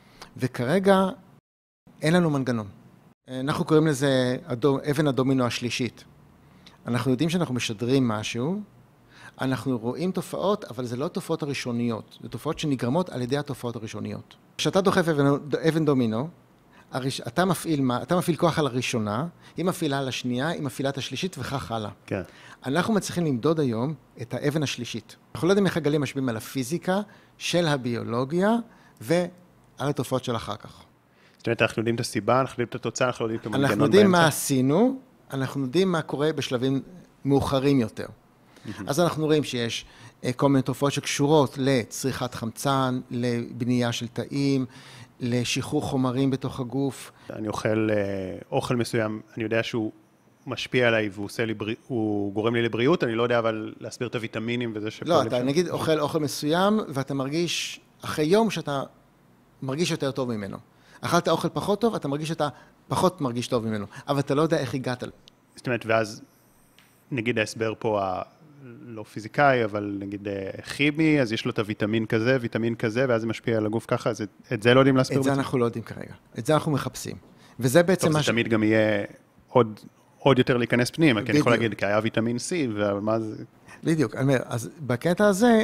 וכרגע אין לנו מנגנון. אנחנו קוראים לזה אבן הדומינו השלישית. אנחנו יודעים שאנחנו משדרים משהו, אנחנו רואים תופעות, אבל זה לא תופעות הראשוניות, זה תופעות שנגרמות על ידי התופעות הראשוניות. כשאתה דוחף אבן, אבן דומינו, הראש, אתה מפעיל מה? אתה מפעיל כוח על הראשונה, היא מפעילה על השנייה, היא מפעילה את השלישית וכך הלאה. כן. אנחנו מצליחים למדוד היום את האבן השלישית. אנחנו לא יודעים איך הגלים משפיעים על הפיזיקה של הביולוגיה ועל התופעות של אחר כך. זאת אומרת, אנחנו יודעים את הסיבה, אנחנו יודעים את התוצאה, אנחנו יודעים את המנגנון באמצע. אנחנו יודעים מה עשינו, אנחנו יודעים מה קורה בשלבים מאוחרים יותר. אז אנחנו רואים שיש כל מיני תופעות שקשורות לצריכת חמצן, לבנייה של תאים, לשחרור חומרים בתוך הגוף. אני אוכל אוכל מסוים, אני יודע שהוא משפיע עליי והוא עושה לי, הוא גורם לי לבריאות, אני לא יודע אבל להסביר את הוויטמינים וזה שפה... לא, אתה נגיד אוכל אוכל מסוים ואתה מרגיש, אחרי יום שאתה מרגיש יותר טוב ממנו. אכלת אוכל פחות טוב, אתה מרגיש שאתה פחות מרגיש טוב ממנו, אבל אתה לא יודע איך הגעת. זאת אומרת, ואז נגיד ההסבר פה ה... לא פיזיקאי, אבל נגיד כימי, אז יש לו את הוויטמין כזה, ויטמין כזה, ואז זה משפיע על הגוף ככה, אז את זה לא יודעים להסביר? את זה אנחנו לא יודעים כרגע. את זה אנחנו מחפשים. וזה בעצם מה ש... טוב, זה תמיד גם יהיה עוד, עוד יותר להיכנס פנימה, כי אני יכול להגיד, כי היה ויטמין C, ומה זה... בדיוק. אני אומר, אז בקטע הזה,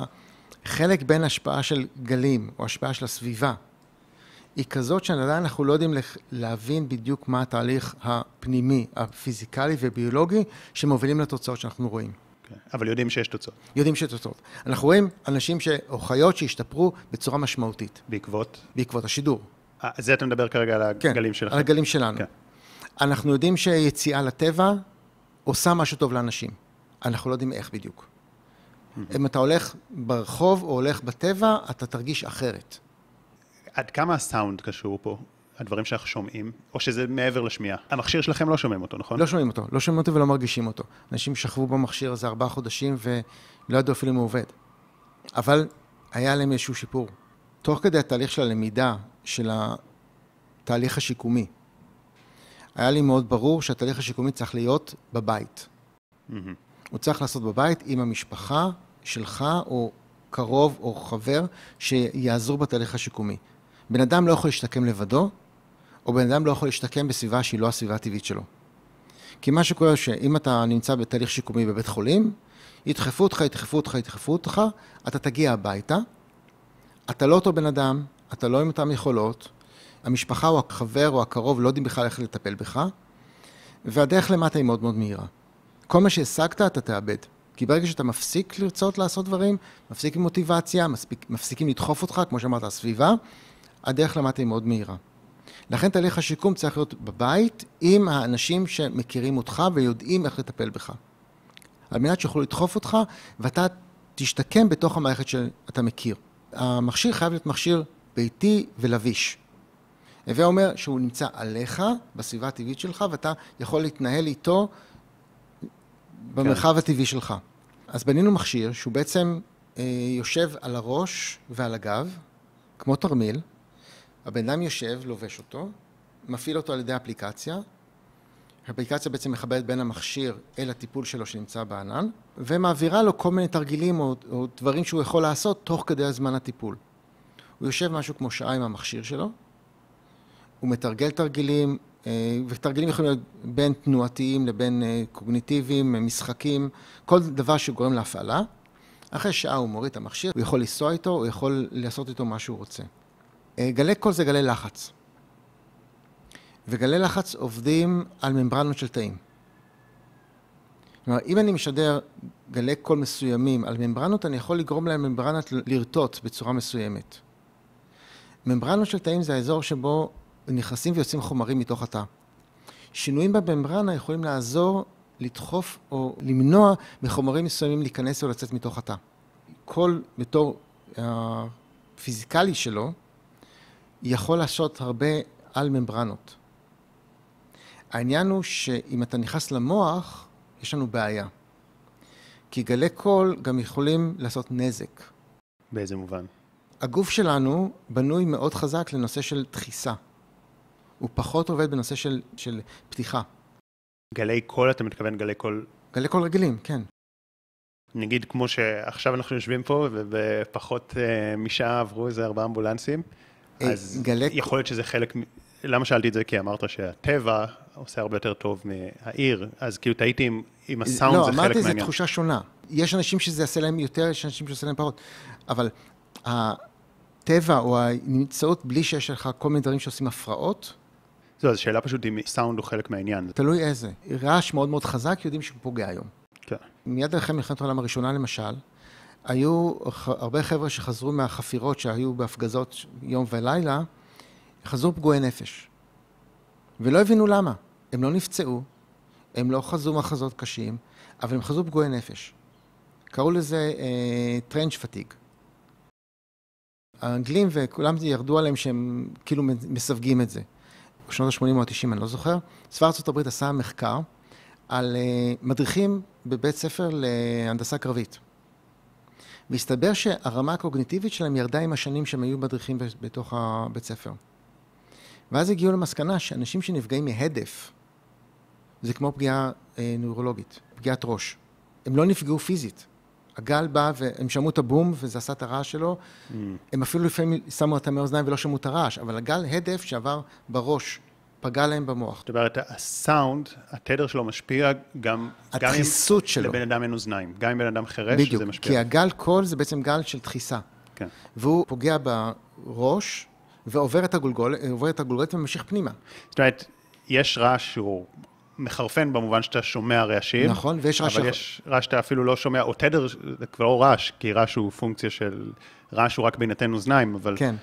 החלק בין השפעה של גלים, או השפעה של הסביבה, היא כזאת שעדיין אנחנו לא יודעים להבין בדיוק מה התהליך הפנימי, הפיזיקלי וביולוגי, שמובילים לתוצאות שאנחנו רואים. אבל יודעים שיש תוצאות. יודעים שיש תוצאות. אנחנו רואים אנשים ש... או חיות שהשתפרו בצורה משמעותית. בעקבות? בעקבות השידור. אז זה אתה מדבר כרגע על הגלים שלכם. כן, על הגלים שלנו. כן. אנחנו יודעים שיציאה לטבע עושה משהו טוב לאנשים. אנחנו לא יודעים איך בדיוק. Mm-hmm. אם אתה הולך ברחוב או הולך בטבע, אתה תרגיש אחרת. עד כמה הסאונד קשור פה? הדברים שאנחנו שומעים, או שזה מעבר לשמיעה. המכשיר שלכם לא שומעים אותו, נכון? לא שומעים אותו, לא שומעים אותו ולא מרגישים אותו. אנשים שכבו במכשיר הזה ארבעה חודשים ולא ידעו אפילו אם הוא עובד. אבל היה להם איזשהו שיפור. תוך כדי התהליך של הלמידה, של התהליך השיקומי, היה לי מאוד ברור שהתהליך השיקומי צריך להיות בבית. Mm-hmm. הוא צריך לעשות בבית עם המשפחה שלך, או קרוב או חבר, שיעזרו בתהליך השיקומי. בן אדם לא יכול להשתקם לבדו, או בן אדם לא יכול להשתקם בסביבה שהיא לא הסביבה הטבעית שלו. כי מה שקורה שאם אתה נמצא בתהליך שיקומי בבית חולים, ידחפו אותך, ידחפו אותך, ידחפו אותך, אתה תגיע הביתה, אתה לא אותו בן אדם, אתה לא עם אותם יכולות, המשפחה או החבר או הקרוב לא יודעים בכלל איך לטפל בך, והדרך למטה היא מאוד מאוד מהירה. כל מה שהשגת אתה תאבד. כי ברגע שאתה מפסיק לרצות לעשות דברים, מפסיק עם מוטיבציה, מפסיק, מפסיקים לדחוף אותך, כמו שאמרת, הסביבה, הדרך למטה היא מאוד מהירה. לכן תהליך השיקום צריך להיות בבית עם האנשים שמכירים אותך ויודעים איך לטפל בך. על מנת שיוכלו לדחוף אותך ואתה תשתקם בתוך המערכת שאתה מכיר. המכשיר חייב להיות מכשיר ביתי ולביש. הווה אומר שהוא נמצא עליך בסביבה הטבעית שלך ואתה יכול להתנהל איתו במרחב הטבעי שלך. אז בנינו מכשיר שהוא בעצם אה, יושב על הראש ועל הגב, כמו תרמיל, הבן אדם יושב, לובש אותו, מפעיל אותו על ידי אפליקציה, האפליקציה בעצם מחברת בין המכשיר אל הטיפול שלו שנמצא בענן, ומעבירה לו כל מיני תרגילים או, או דברים שהוא יכול לעשות תוך כדי הזמן הטיפול. הוא יושב משהו כמו שעה עם המכשיר שלו, הוא מתרגל תרגילים, ותרגילים יכולים להיות בין תנועתיים לבין קוגניטיביים, משחקים, כל דבר שגורם להפעלה. אחרי שעה הוא מוריד את המכשיר, הוא יכול לנסוע איתו, הוא יכול לעשות איתו מה שהוא רוצה. גלי קול זה גלי לחץ. וגלי לחץ עובדים על ממברנות של תאים. כלומר, אם אני משדר גלי קול מסוימים על ממברנות, אני יכול לגרום להם ממברנות לרטוט בצורה מסוימת. ממברנות של תאים זה האזור שבו נכנסים ויוצאים חומרים מתוך התא. שינויים בממברנה יכולים לעזור, לדחוף או למנוע מחומרים מסוימים להיכנס או לצאת מתוך התא. כל בתור הפיזיקלי שלו יכול לעשות הרבה על ממברנות. העניין הוא שאם אתה נכנס למוח, יש לנו בעיה. כי גלי קול גם יכולים לעשות נזק. באיזה מובן? הגוף שלנו בנוי מאוד חזק לנושא של דחיסה. הוא פחות עובד בנושא של, של פתיחה. גלי קול, אתה מתכוון גלי קול? גלי קול רגילים, כן. נגיד כמו שעכשיו אנחנו יושבים פה, ובפחות uh, משעה עברו איזה ארבעה אמבולנסים, אז גלי... יכול להיות שזה חלק, למה שאלתי את זה? כי אמרת שהטבע עושה הרבה יותר טוב מהעיר, אז כאילו תהיתי עם, עם הסאונד לא, זה חלק מהעניין. לא, אמרתי, זו תחושה שונה. יש אנשים שזה יעשה להם יותר, יש אנשים שזה יעשה להם פחות, אבל הטבע או הנמצאות בלי שיש לך כל מיני דברים שעושים הפרעות, זו, אז שאלה פשוט אם סאונד הוא חלק מהעניין. תלוי איזה. רעש מאוד מאוד חזק, יודעים שהוא פוגע היום. כן. מיד אחרי מלחמת העולם הראשונה, למשל, היו הרבה חבר'ה שחזרו מהחפירות שהיו בהפגזות יום ולילה, חזרו פגועי נפש. ולא הבינו למה. הם לא נפצעו, הם לא חזרו מחזות קשים, אבל הם חזרו פגועי נפש. קראו לזה אה, טרנץ' פטיג. האנגלים וכולם ירדו עליהם שהם כאילו מסווגים את זה. בשנות ה-שמונים או ה-תשעים, אני לא זוכר. צבא ארצות הברית עשה מחקר על uh, מדריכים בבית ספר להנדסה קרבית. והסתבר שהרמה הקוגניטיבית שלהם ירדה עם השנים שהם היו מדריכים בתוך הבית ספר. ואז הגיעו למסקנה שאנשים שנפגעים מהדף, זה כמו פגיעה uh, נוירולוגית, פגיעת ראש. הם לא נפגעו פיזית. הגל בא והם שמעו את הבום וזה עשה את הרעש שלו. Mm. הם אפילו לפעמים שמו אותם מאוזניים ולא שמעו את הרעש, אבל הגל הדף שעבר בראש פגע להם במוח. זאת אומרת, הסאונד, התדר שלו משפיע גם, הדחיסות שלו. לבן אדם אין אוזניים, גם אם בן אדם חרש, בדיוק, זה משפיע. כי הגל קול זה בעצם גל של דחיסה. כן. והוא פוגע בראש ועובר את הגולגולת, עובר את הגולגולת וממשיך פנימה. זאת אומרת, יש רעש שהוא מחרפן במובן שאתה שומע רעשים. נכון, ויש רעש... אבל יש רעש שאתה אפילו לא שומע, או תדר, זה כבר לא רעש, כי רעש הוא פונקציה של... רעש הוא רק בהינתן אוזניים, אבל... כן.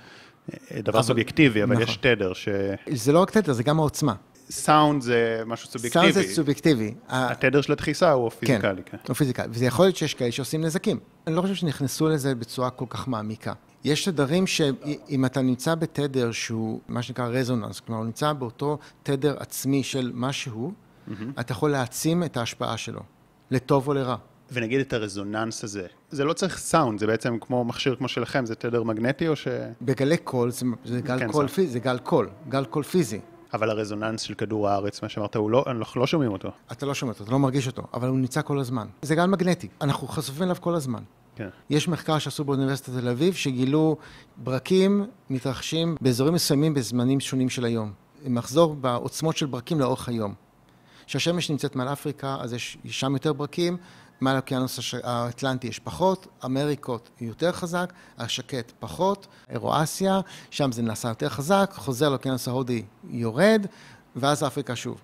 דבר סובייקטיבי, אבל יש תדר ש... זה לא רק תדר, זה גם העוצמה. סאונד זה משהו סובייקטיבי. סאונד זה סובייקטיבי. התדר של הדחיסה הוא פיזיקלי. כן, הוא פיזיקלי. וזה יכול להיות שיש כאלה שעושים נזקים. אני לא חושב שנכנסו לזה בצורה כל כך מעמיקה. יש תדרים שאם אתה נמצא בתדר שהוא, מה שנקרא רזוננס, כלומר, הוא נמצא באותו תדר עצמי של משהו, אתה יכול להעצים את ההשפעה שלו, לטוב או לרע. ונגיד את הרזוננס הזה, זה לא צריך סאונד, זה בעצם כמו מכשיר כמו שלכם, זה תדר מגנטי או ש... בגלי קול, זה, זה גל כן, קול פיזי, זה גל קול, גל קול פיזי. אבל הרזוננס של כדור הארץ, מה שאמרת, הוא לא, אנחנו לא שומעים אותו. אתה לא שומע אותו, אתה לא מרגיש אותו, אבל הוא נמצא כל הזמן. זה גל מגנטי, אנחנו חשופים אליו כל הזמן. כן. יש מחקר שעשו באוניברסיטת תל אביב, שגילו ברקים מתרחשים באזורים מסוימים בזמנים שונים של היום. מחזור בעוצמות של ברקים לאורך היום. כשהשמש נמצאת מעל אפריקה, אז יש שם יותר ברקים, מעל האוקיינוס האטלנטי יש פחות, אמריקות יותר חזק, השקט פחות, אירואסיה, שם זה נעשה יותר חזק, חוזר לאוקיינוס ההודי יורד, ואז אפריקה שוב.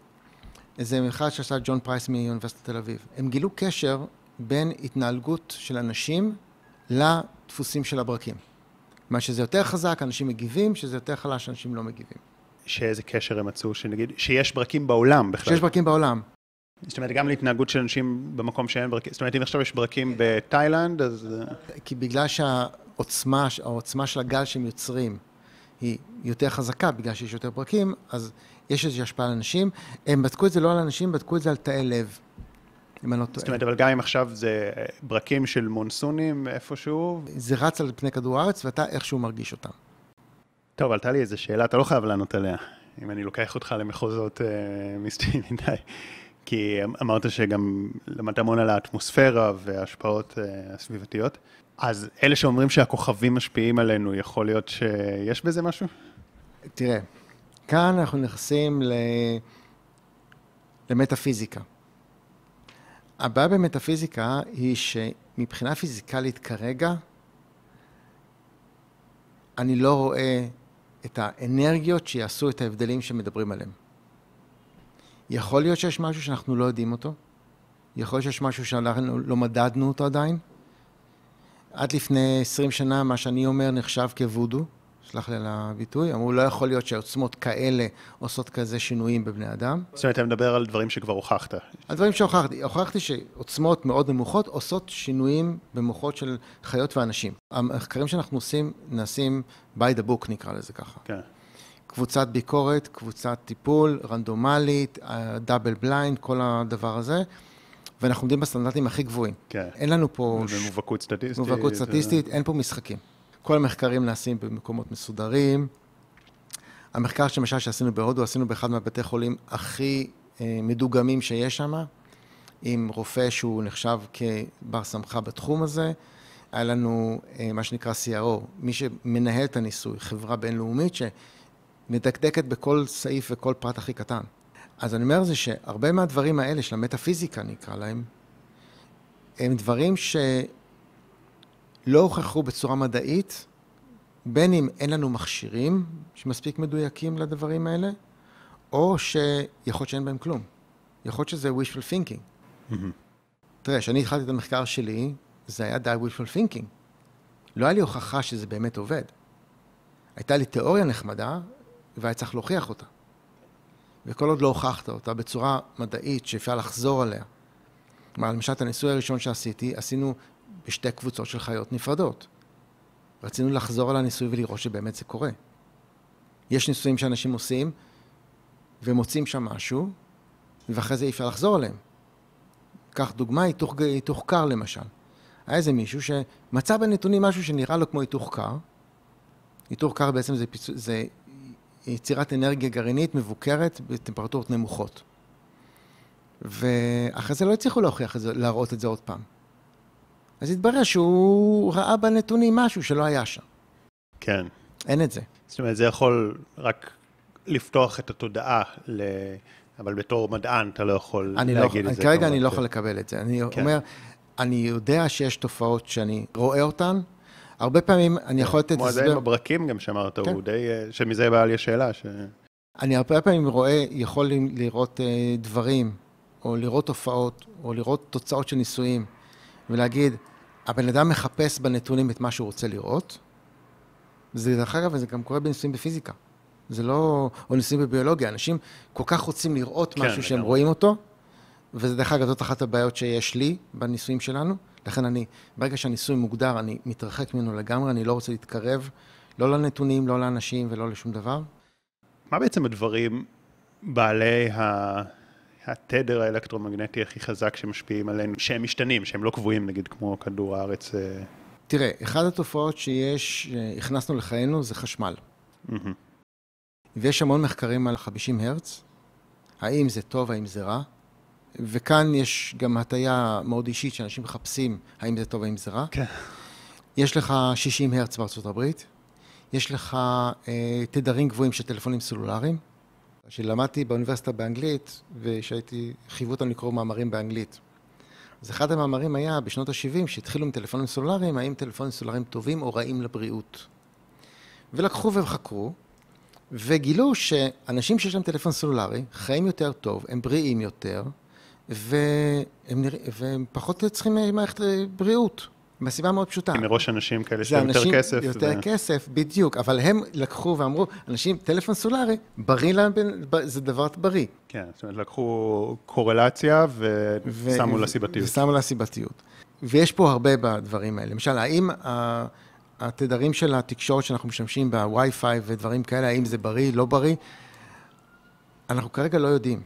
זה מחקר שעשה ג'ון פרייס מאוניברסיטת תל אביב. הם גילו קשר בין התנהגות של אנשים לדפוסים של הברקים. מה שזה יותר חזק, אנשים מגיבים, שזה יותר חלש, אנשים לא מגיבים. שאיזה קשר הם מצאו, שנגיד, שיש ברקים בעולם בכלל. שיש ברקים בעולם. זאת אומרת, גם להתנהגות של אנשים במקום שאין ברקים, זאת אומרת, אם עכשיו יש ברקים בתאילנד, אז... כי בגלל שהעוצמה, העוצמה של הגל שהם יוצרים היא יותר חזקה, בגלל שיש יותר ברקים, אז יש איזושהי השפעה על אנשים. הם בדקו את זה לא על אנשים, בדקו את זה על תאי לב. זאת אומרת, אבל גם אם עכשיו זה ברקים של מונסונים איפשהו... זה רץ על פני כדור הארץ, ואתה איכשהו מרגיש אותם. טוב, עלתה לי איזו שאלה, אתה לא חייב לענות עליה, אם אני לוקח אותך למחוזות אה, מיסטיים מדי. כי אמרת שגם למדת המון על האטמוספירה וההשפעות אה, הסביבתיות. אז אלה שאומרים שהכוכבים משפיעים עלינו, יכול להיות שיש בזה משהו? תראה, כאן אנחנו נכנסים ל... למטאפיזיקה. הבעיה במטאפיזיקה היא שמבחינה פיזיקלית כרגע, אני לא רואה את האנרגיות שיעשו את ההבדלים שמדברים עליהם. יכול להיות שיש משהו שאנחנו לא יודעים אותו, יכול להיות שיש משהו שאנחנו לא מדדנו אותו עדיין. עד לפני עשרים שנה, מה שאני אומר נחשב כוודו, סלח לי על הביטוי, אמרו, לא יכול להיות שעוצמות כאלה עושות כזה שינויים בבני אדם. זאת אומרת, אתה מדבר על דברים שכבר הוכחת. על דברים שהוכחתי. הוכחתי שעוצמות מאוד נמוכות עושות שינויים במוחות של חיות ואנשים. המחקרים שאנחנו עושים, נעשים by the book, נקרא לזה ככה. כן. קבוצת ביקורת, קבוצת טיפול, רנדומלית, דאבל בליינד, כל הדבר הזה, ואנחנו עומדים בסטנדרטים הכי גבוהים. כן. אין לנו פה... ומובהקות סטטיסטית. מובהקות סטטיסטית, אין פה משחקים. כל המחקרים נעשים במקומות מסודרים. המחקר שמשל שעשינו בהודו, עשינו באחד מהבתי חולים הכי מדוגמים שיש שם, עם רופא שהוא נחשב כבר סמכה בתחום הזה. היה לנו מה שנקרא סי אר או, מי שמנהל את הניסוי, חברה בינלאומית שמדקדקת בכל סעיף וכל פרט הכי קטן. אז אני אומר זה שהרבה מהדברים האלה של המטאפיזיקה נקרא להם, הם דברים שלא הוכחו בצורה מדעית, בין אם אין לנו מכשירים שמספיק מדויקים לדברים האלה, או שיכול להיות שאין בהם כלום. יכול להיות שזה wishful thinking. Mm-hmm. תראה, כשאני התחלתי את המחקר שלי, זה היה די wishful thinking. לא היה לי הוכחה שזה באמת עובד. הייתה לי תיאוריה נחמדה, והיה צריך להוכיח אותה. וכל עוד לא הוכחת אותה בצורה מדעית שאפשר לחזור עליה. כלומר, למשל, את הניסוי הראשון שעשיתי, עשינו בשתי קבוצות של חיות נפרדות. רצינו לחזור על הניסוי ולראות שבאמת זה קורה. יש ניסויים שאנשים עושים, ומוצאים שם משהו, ואחרי זה אי אפשר לחזור עליהם. כך דוגמה, היתוך, היתוך קר למשל. היה איזה מישהו שמצא בנתונים משהו שנראה לו כמו היתוך קר. היתוך קר בעצם זה, פיצו, זה יצירת אנרגיה גרעינית מבוקרת בטמפרטורות נמוכות. ואחרי זה לא הצליחו להוכיח את זה, להראות את זה עוד פעם. אז התברר שהוא ראה בנתונים משהו שלא היה שם. כן. אין את זה. זאת אומרת, זה יכול רק לפתוח את התודעה, ל... אבל בתור מדען אתה לא יכול להגיד לא, את זה. כרגע אני לא יכול לקבל את זה. אני כן. אומר, אני יודע שיש תופעות שאני רואה אותן, הרבה פעמים אני יכול לתת הסבר... כמו זה עם הברקים גם שאמרת, הוא די... שמזה באה לי השאלה. ש... אני הרבה פעמים רואה, יכול לראות דברים, או לראות תופעות, או לראות תוצאות של ניסויים, ולהגיד, הבן אדם מחפש בנתונים את מה שהוא רוצה לראות, זה דרך אגב, וזה גם קורה בניסויים בפיזיקה. זה לא... או ניסויים בביולוגיה. אנשים כל כך רוצים לראות כן, משהו שהם רואים אותו, וזה דרך אגב, זאת אחת הבעיות שיש לי בניסויים שלנו. לכן אני, ברגע שהניסוי מוגדר, אני מתרחק ממנו לגמרי, אני לא רוצה להתקרב, לא לנתונים, לא לאנשים ולא לשום דבר. מה בעצם הדברים בעלי ה... התדר האלקטרומגנטי הכי חזק שמשפיעים עלינו, שהם משתנים, שהם לא קבועים, נגיד, כמו כדור הארץ? תראה, אחת התופעות שיש, הכנסנו לחיינו, זה חשמל. Mm-hmm. ויש המון מחקרים על חמישים הרץ, האם זה טוב, האם זה רע, וכאן יש גם הטיה מאוד אישית, שאנשים מחפשים האם זה טוב, האם זה רע. כן. יש לך שישים הרץ בארצות הברית, יש לך אה, תדרים גבוהים של טלפונים סלולריים, שלמדתי באוניברסיטה באנגלית, ושהייתי, חייבו אותם לקרוא מאמרים באנגלית. אז אחד המאמרים היה בשנות ה-שבעים, שהתחילו עם טלפונים סולריים, האם טלפונים סולריים טובים או רעים לבריאות. ולקחו וחקרו, וגילו שאנשים שיש להם טלפון סולרי, חיים יותר טוב, הם בריאים יותר, והם, נרא... והם פחות צריכים מערכת בריאות. מהסיבה מאוד פשוטה. כי מראש אנשים כאלה שהם יותר כסף. יותר ו... כסף, בדיוק. אבל הם לקחו ואמרו, אנשים, טלפון סולרי, בריא להם, זה דבר בריא. כן, זאת אומרת, לקחו קורלציה ושמו ו... לסיבתיות. ושמו לסיבתיות. ויש פה הרבה בדברים האלה. למשל, האם התדרים של התקשורת שאנחנו משתמשים בווי-פיי ודברים כאלה, האם זה בריא, לא בריא? אנחנו כרגע לא יודעים.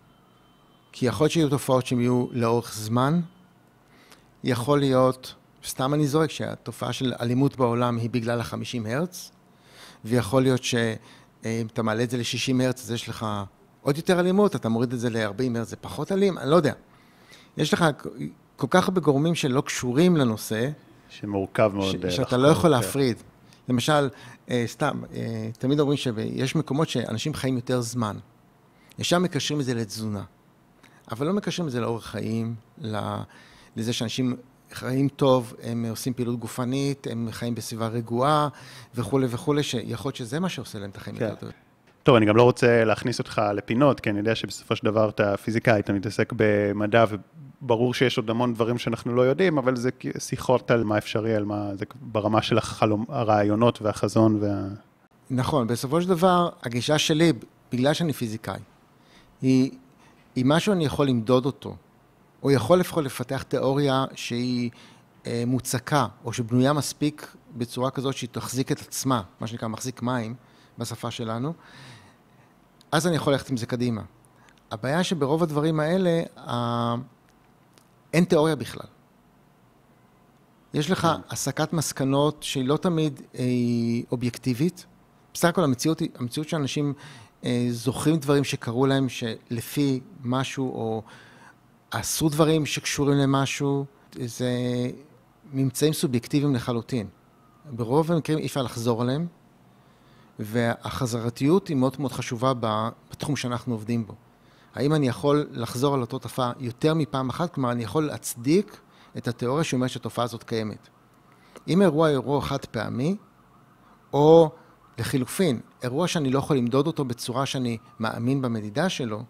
כי יכול להיות שיהיו תופעות שהן יהיו לאורך זמן, יכול להיות... סתם אני זורק שהתופעה של אלימות בעולם היא בגלל ה-חמישים הרץ, ויכול להיות שאם אתה מעלה את זה ל-שישים הרץ, אז יש לך עוד יותר אלימות, אתה מוריד את זה ל-ארבעים הרץ, זה פחות אלים, אני לא יודע. יש לך כל כך הרבה גורמים שלא קשורים לנושא, שמורכב מאוד. ש- שאתה לא יכול להפריד. למשל, סתם, תמיד אומרים שיש מקומות שאנשים חיים יותר זמן. ישר מקשרים את זה לתזונה, אבל לא מקשרים את זה לאורך חיים, לזה שאנשים... חיים טוב, הם עושים פעילות גופנית, הם חיים בסביבה רגועה וכו' וכו', שיכול להיות שזה מה שעושה להם את החיים יותר טוב. טוב, אני גם לא רוצה להכניס אותך לפינות, כי אני יודע שבסופו של דבר אתה פיזיקאי, אתה מתעסק במדע, וברור שיש עוד המון דברים שאנחנו לא יודעים, אבל זה שיחות על מה אפשרי, על מה, זה ברמה של החלום, הרעיונות והחזון. וה... נכון, בסופו של דבר, הגישה שלי, בגלל שאני פיזיקאי, היא, היא משהו אני יכול למדוד אותו, או יכול לפחות לפתח תיאוריה שהיא אה, מוצקה, או שבנויה מספיק בצורה כזאת שהיא תחזיק את עצמה, מה שנקרא מחזיק מים, בשפה שלנו, אז אני יכול ללכת עם זה קדימה. הבעיה שברוב הדברים האלה, אין תיאוריה בכלל. יש לך הסקת מסקנות שהיא לא תמיד אובייקטיבית. בסך הכל המציאות, המציאות שאנשים זוכרים דברים שקרו להם שלפי משהו, או עשו דברים שקשורים למשהו, זה ממצאים סובייקטיביים לחלוטין. ברוב המקרים אי אפשר לחזור עליהם, והחזרתיות היא מאוד מאוד חשובה בתחום שאנחנו עובדים בו. האם אני יכול לחזור על אותו תופעה יותר מפעם אחת? כלומר, אני יכול להצדיק את התיאוריה שאומרת שהתופעה הזאת קיימת. אם אירוע אירוע חד פעמי, או לחילופין, אירוע שאני לא יכול למדוד אותו בצורה שאני מאמין במדידה שלו,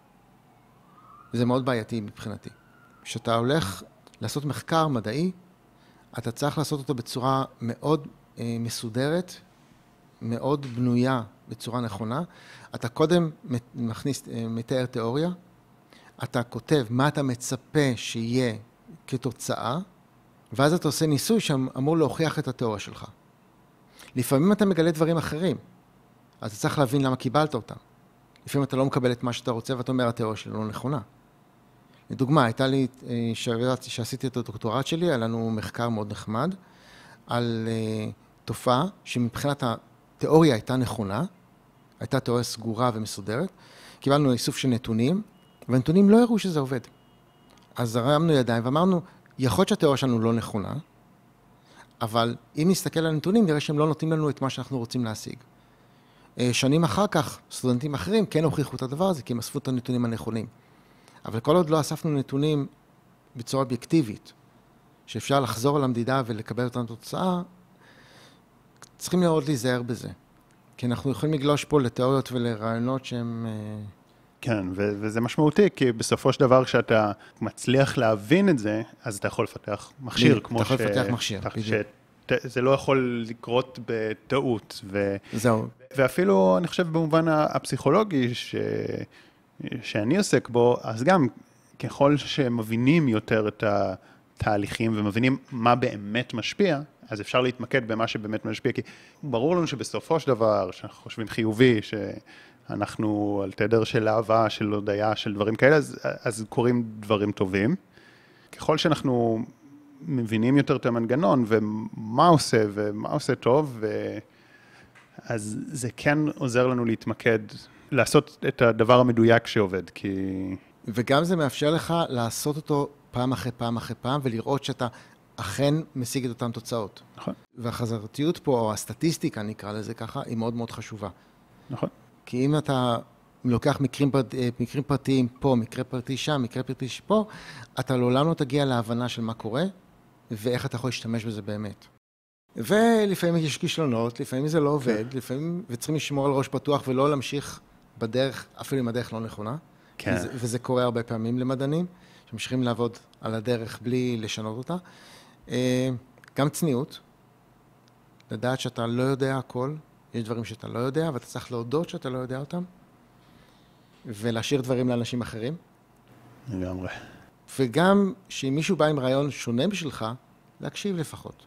זה מאוד בעייתי מבחינתי. כשאתה הולך לעשות מחקר מדעי, אתה צריך לעשות אותו בצורה מאוד אה, מסודרת, מאוד בנויה בצורה נכונה. אתה קודם מכניס, מתאר תיאוריה, אתה כותב מה אתה מצפה שיהיה כתוצאה, ואז אתה עושה ניסוי שאמור להוכיח את התיאוריה שלך. לפעמים אתה מגלה דברים אחרים, אז אתה צריך להבין למה קיבלת אותם. לפעמים אתה לא מקבל את מה שאתה רוצה, ואתה אומר, התיאוריה שלי לא נכונה. לדוגמה, הייתה לי, שעשיתי את הדוקטורט שלי, היה לנו מחקר מאוד נחמד, על תופעה שמבחינת התיאוריה הייתה נכונה, הייתה תיאוריה סגורה ומסודרת, קיבלנו איסוף של נתונים, והנתונים לא הראו שזה עובד. אז הרמנו ידיים ואמרנו, יכול להיות שהתיאוריה שלנו לא נכונה, אבל אם נסתכל על הנתונים, נראה שהם לא נותנים לנו את מה שאנחנו רוצים להשיג. שנים אחר כך, סטודנטים אחרים כן הוכיחו את הדבר הזה, כי הם אספו את הנתונים הנכונים. אבל כל עוד לא אספנו נתונים בצורה אובייקטיבית, שאפשר לחזור על המדידה ולקבל אותם תוצאה, צריכים מאוד להיזהר בזה. כי אנחנו יכולים לגלוש פה לתיאוריות ולרעיונות שהם... כן, ו- וזה משמעותי, כי בסופו של דבר, כשאתה מצליח להבין את זה, אז אתה יכול לפתח מכשיר, כמו ש... אתה יכול לפתח מכשיר, בדיוק. זה לא יכול לקרות בטעות. ו... זהו. ואפילו, אני חושב, במובן הפסיכולוגי, ש... שאני עוסק בו, אז גם ככל שמבינים יותר את התהליכים, ומבינים מה באמת משפיע, אז אפשר להתמקד במה שבאמת משפיע, כי ברור לנו שבסופו של דבר, שאנחנו חושבים חיובי, שאנחנו על תדר של אהבה, של הודיה, של דברים כאלה, אז, אז קורים דברים טובים. ככל שאנחנו מבינים יותר את המנגנון, ומה עושה, ומה עושה טוב, ו... אז זה כן עוזר לנו להתמקד, לעשות את הדבר המדויק שעובד, כי... וגם זה מאפשר לך לעשות אותו פעם אחרי פעם אחרי פעם, ולראות שאתה אכן משיג את אותן תוצאות. נכון. והחזרתיות פה, או הסטטיסטיקה נקרא לזה ככה, היא מאוד מאוד חשובה. נכון. כי אם אתה לוקח מקרים, מקרים פרטיים פה, מקרה פרטי שם, מקרה פרטי פה, אתה לעולם לא תגיע להבנה של מה קורה, ואיך אתה יכול להשתמש בזה באמת. ולפעמים יש כישלונות, לפעמים זה לא עובד, כן. לפעמים, וצריכים לשמור על ראש פתוח ולא להמשיך בדרך, אפילו אם הדרך לא נכונה. כן. וזה, וזה קורה הרבה פעמים למדענים, שממשיכים לעבוד על הדרך בלי לשנות אותה. גם צניעות, לדעת שאתה לא יודע הכל, יש דברים שאתה לא יודע, ואתה צריך להודות שאתה לא יודע אותם, ולהשאיר דברים לאנשים אחרים. לגמרי. וגם שאם מישהו בא עם רעיון שונה בשבילך, להקשיב לפחות.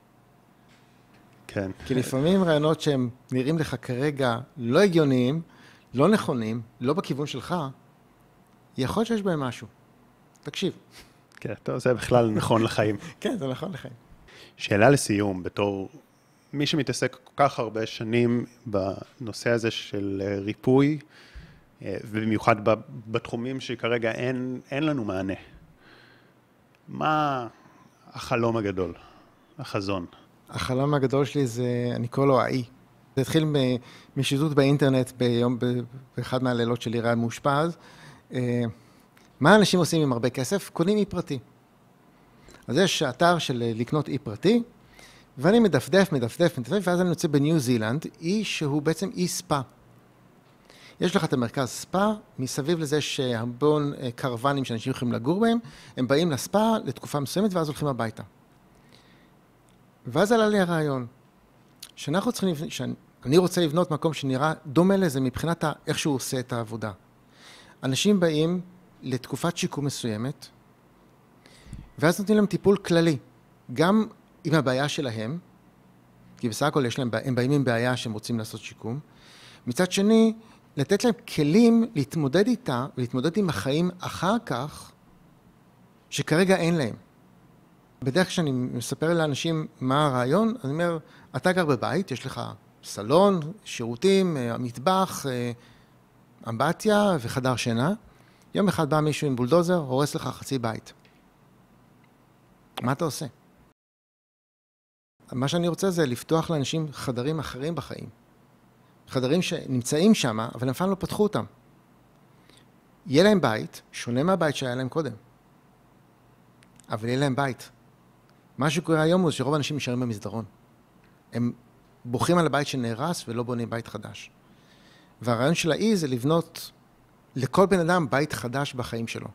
כן. כי לפעמים רעיונות שהם נראים לך כרגע לא הגיוניים, לא נכונים, לא בכיוון שלך, יכול להיות שיש בהם משהו. תקשיב. כן, טוב, זה בכלל נכון לחיים. כן, זה נכון לחיים. שאלה לסיום, בתור מי שמתעסק כל כך הרבה שנים בנושא הזה של ריפוי, ובמיוחד בתחומים שכרגע אין, אין לנו מענה. מה החלום הגדול, החזון? החלום הגדול שלי זה, אני קורא לו האי. זה התחיל משיטוט באינטרנט ביום, באחד מהלילות שלי רעי מאושפז. מה אנשים עושים עם הרבה כסף? קונים אי פרטי. אז יש אתר של לקנות אי פרטי, ואני מדפדף, מדפדף, מדפדף, ואז אני יוצא בניו זילנד, אי שהוא בעצם אי ספה. יש לך את המרכז ספה, מסביב לזה שהמון קרוונים שאנשים יכולים לגור בהם, הם באים לספה לתקופה מסוימת, ואז הולכים הביתה. ואז עלה לי הרעיון, שאנחנו צריכים, שאני רוצה לבנות מקום שנראה דומה לזה מבחינת איך שהוא עושה את העבודה. אנשים באים לתקופת שיקום מסוימת, ואז נותנים להם טיפול כללי, גם עם הבעיה שלהם, כי בסך הכל יש להם, הם באים עם בעיה שהם רוצים לעשות שיקום, מצד שני, לתת להם כלים להתמודד איתה, ולהתמודד עם החיים אחר כך, שכרגע אין להם. בדרך כשאני מספר לאנשים מה הרעיון, אני אומר, אתה גר בבית, יש לך סלון, שירותים, מטבח, אמבטיה וחדר שינה. יום אחד בא מישהו עם בולדוזר, הורס לך חצי בית. מה אתה עושה? מה שאני רוצה זה לפתוח לאנשים חדרים אחרים בחיים. חדרים שנמצאים שם, אבל הם פעם לא פתחו אותם. יהיה להם בית, שונה מהבית שהיה להם קודם. אבל יהיה להם בית. מה שקורה היום הוא שרוב האנשים נשארים במסדרון. הם בוכים על הבית שנהרס ולא בונים בית חדש. והרעיון של האי זה לבנות לכל בן אדם בית חדש בחיים שלו.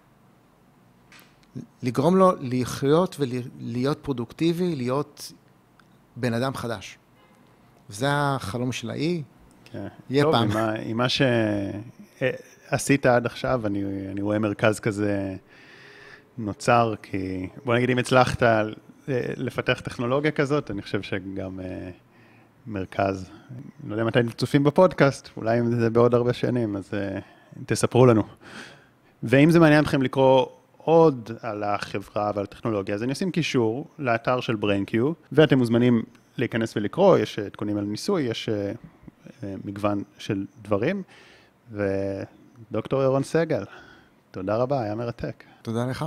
לגרום לו לחיות ולהיות פרודוקטיבי, להיות בן אדם חדש. וזה החלום של האי. כן. יהיה טוב, פעם. עם, עם מה שעשית עד עכשיו, אני, אני רואה מרכז כזה נוצר, כי בוא נגיד אם הצלחת לפתח טכנולוגיה כזאת, אני חושב שגם מרכז, לא יודע מתי צופים בפודקאסט, אולי אם זה בעוד הרבה שנים, אז תספרו לנו. ואם זה מעניין אתכם לקרוא עוד על החברה ועל הטכנולוגיה, אז אני אשים קישור לאתר של BrainQ, ואתם מוזמנים להיכנס ולקרוא, יש עדכונים על ניסוי, יש מגוון של דברים, ודוקטור ירון סגל, תודה רבה, היה מרתק. תודה לך.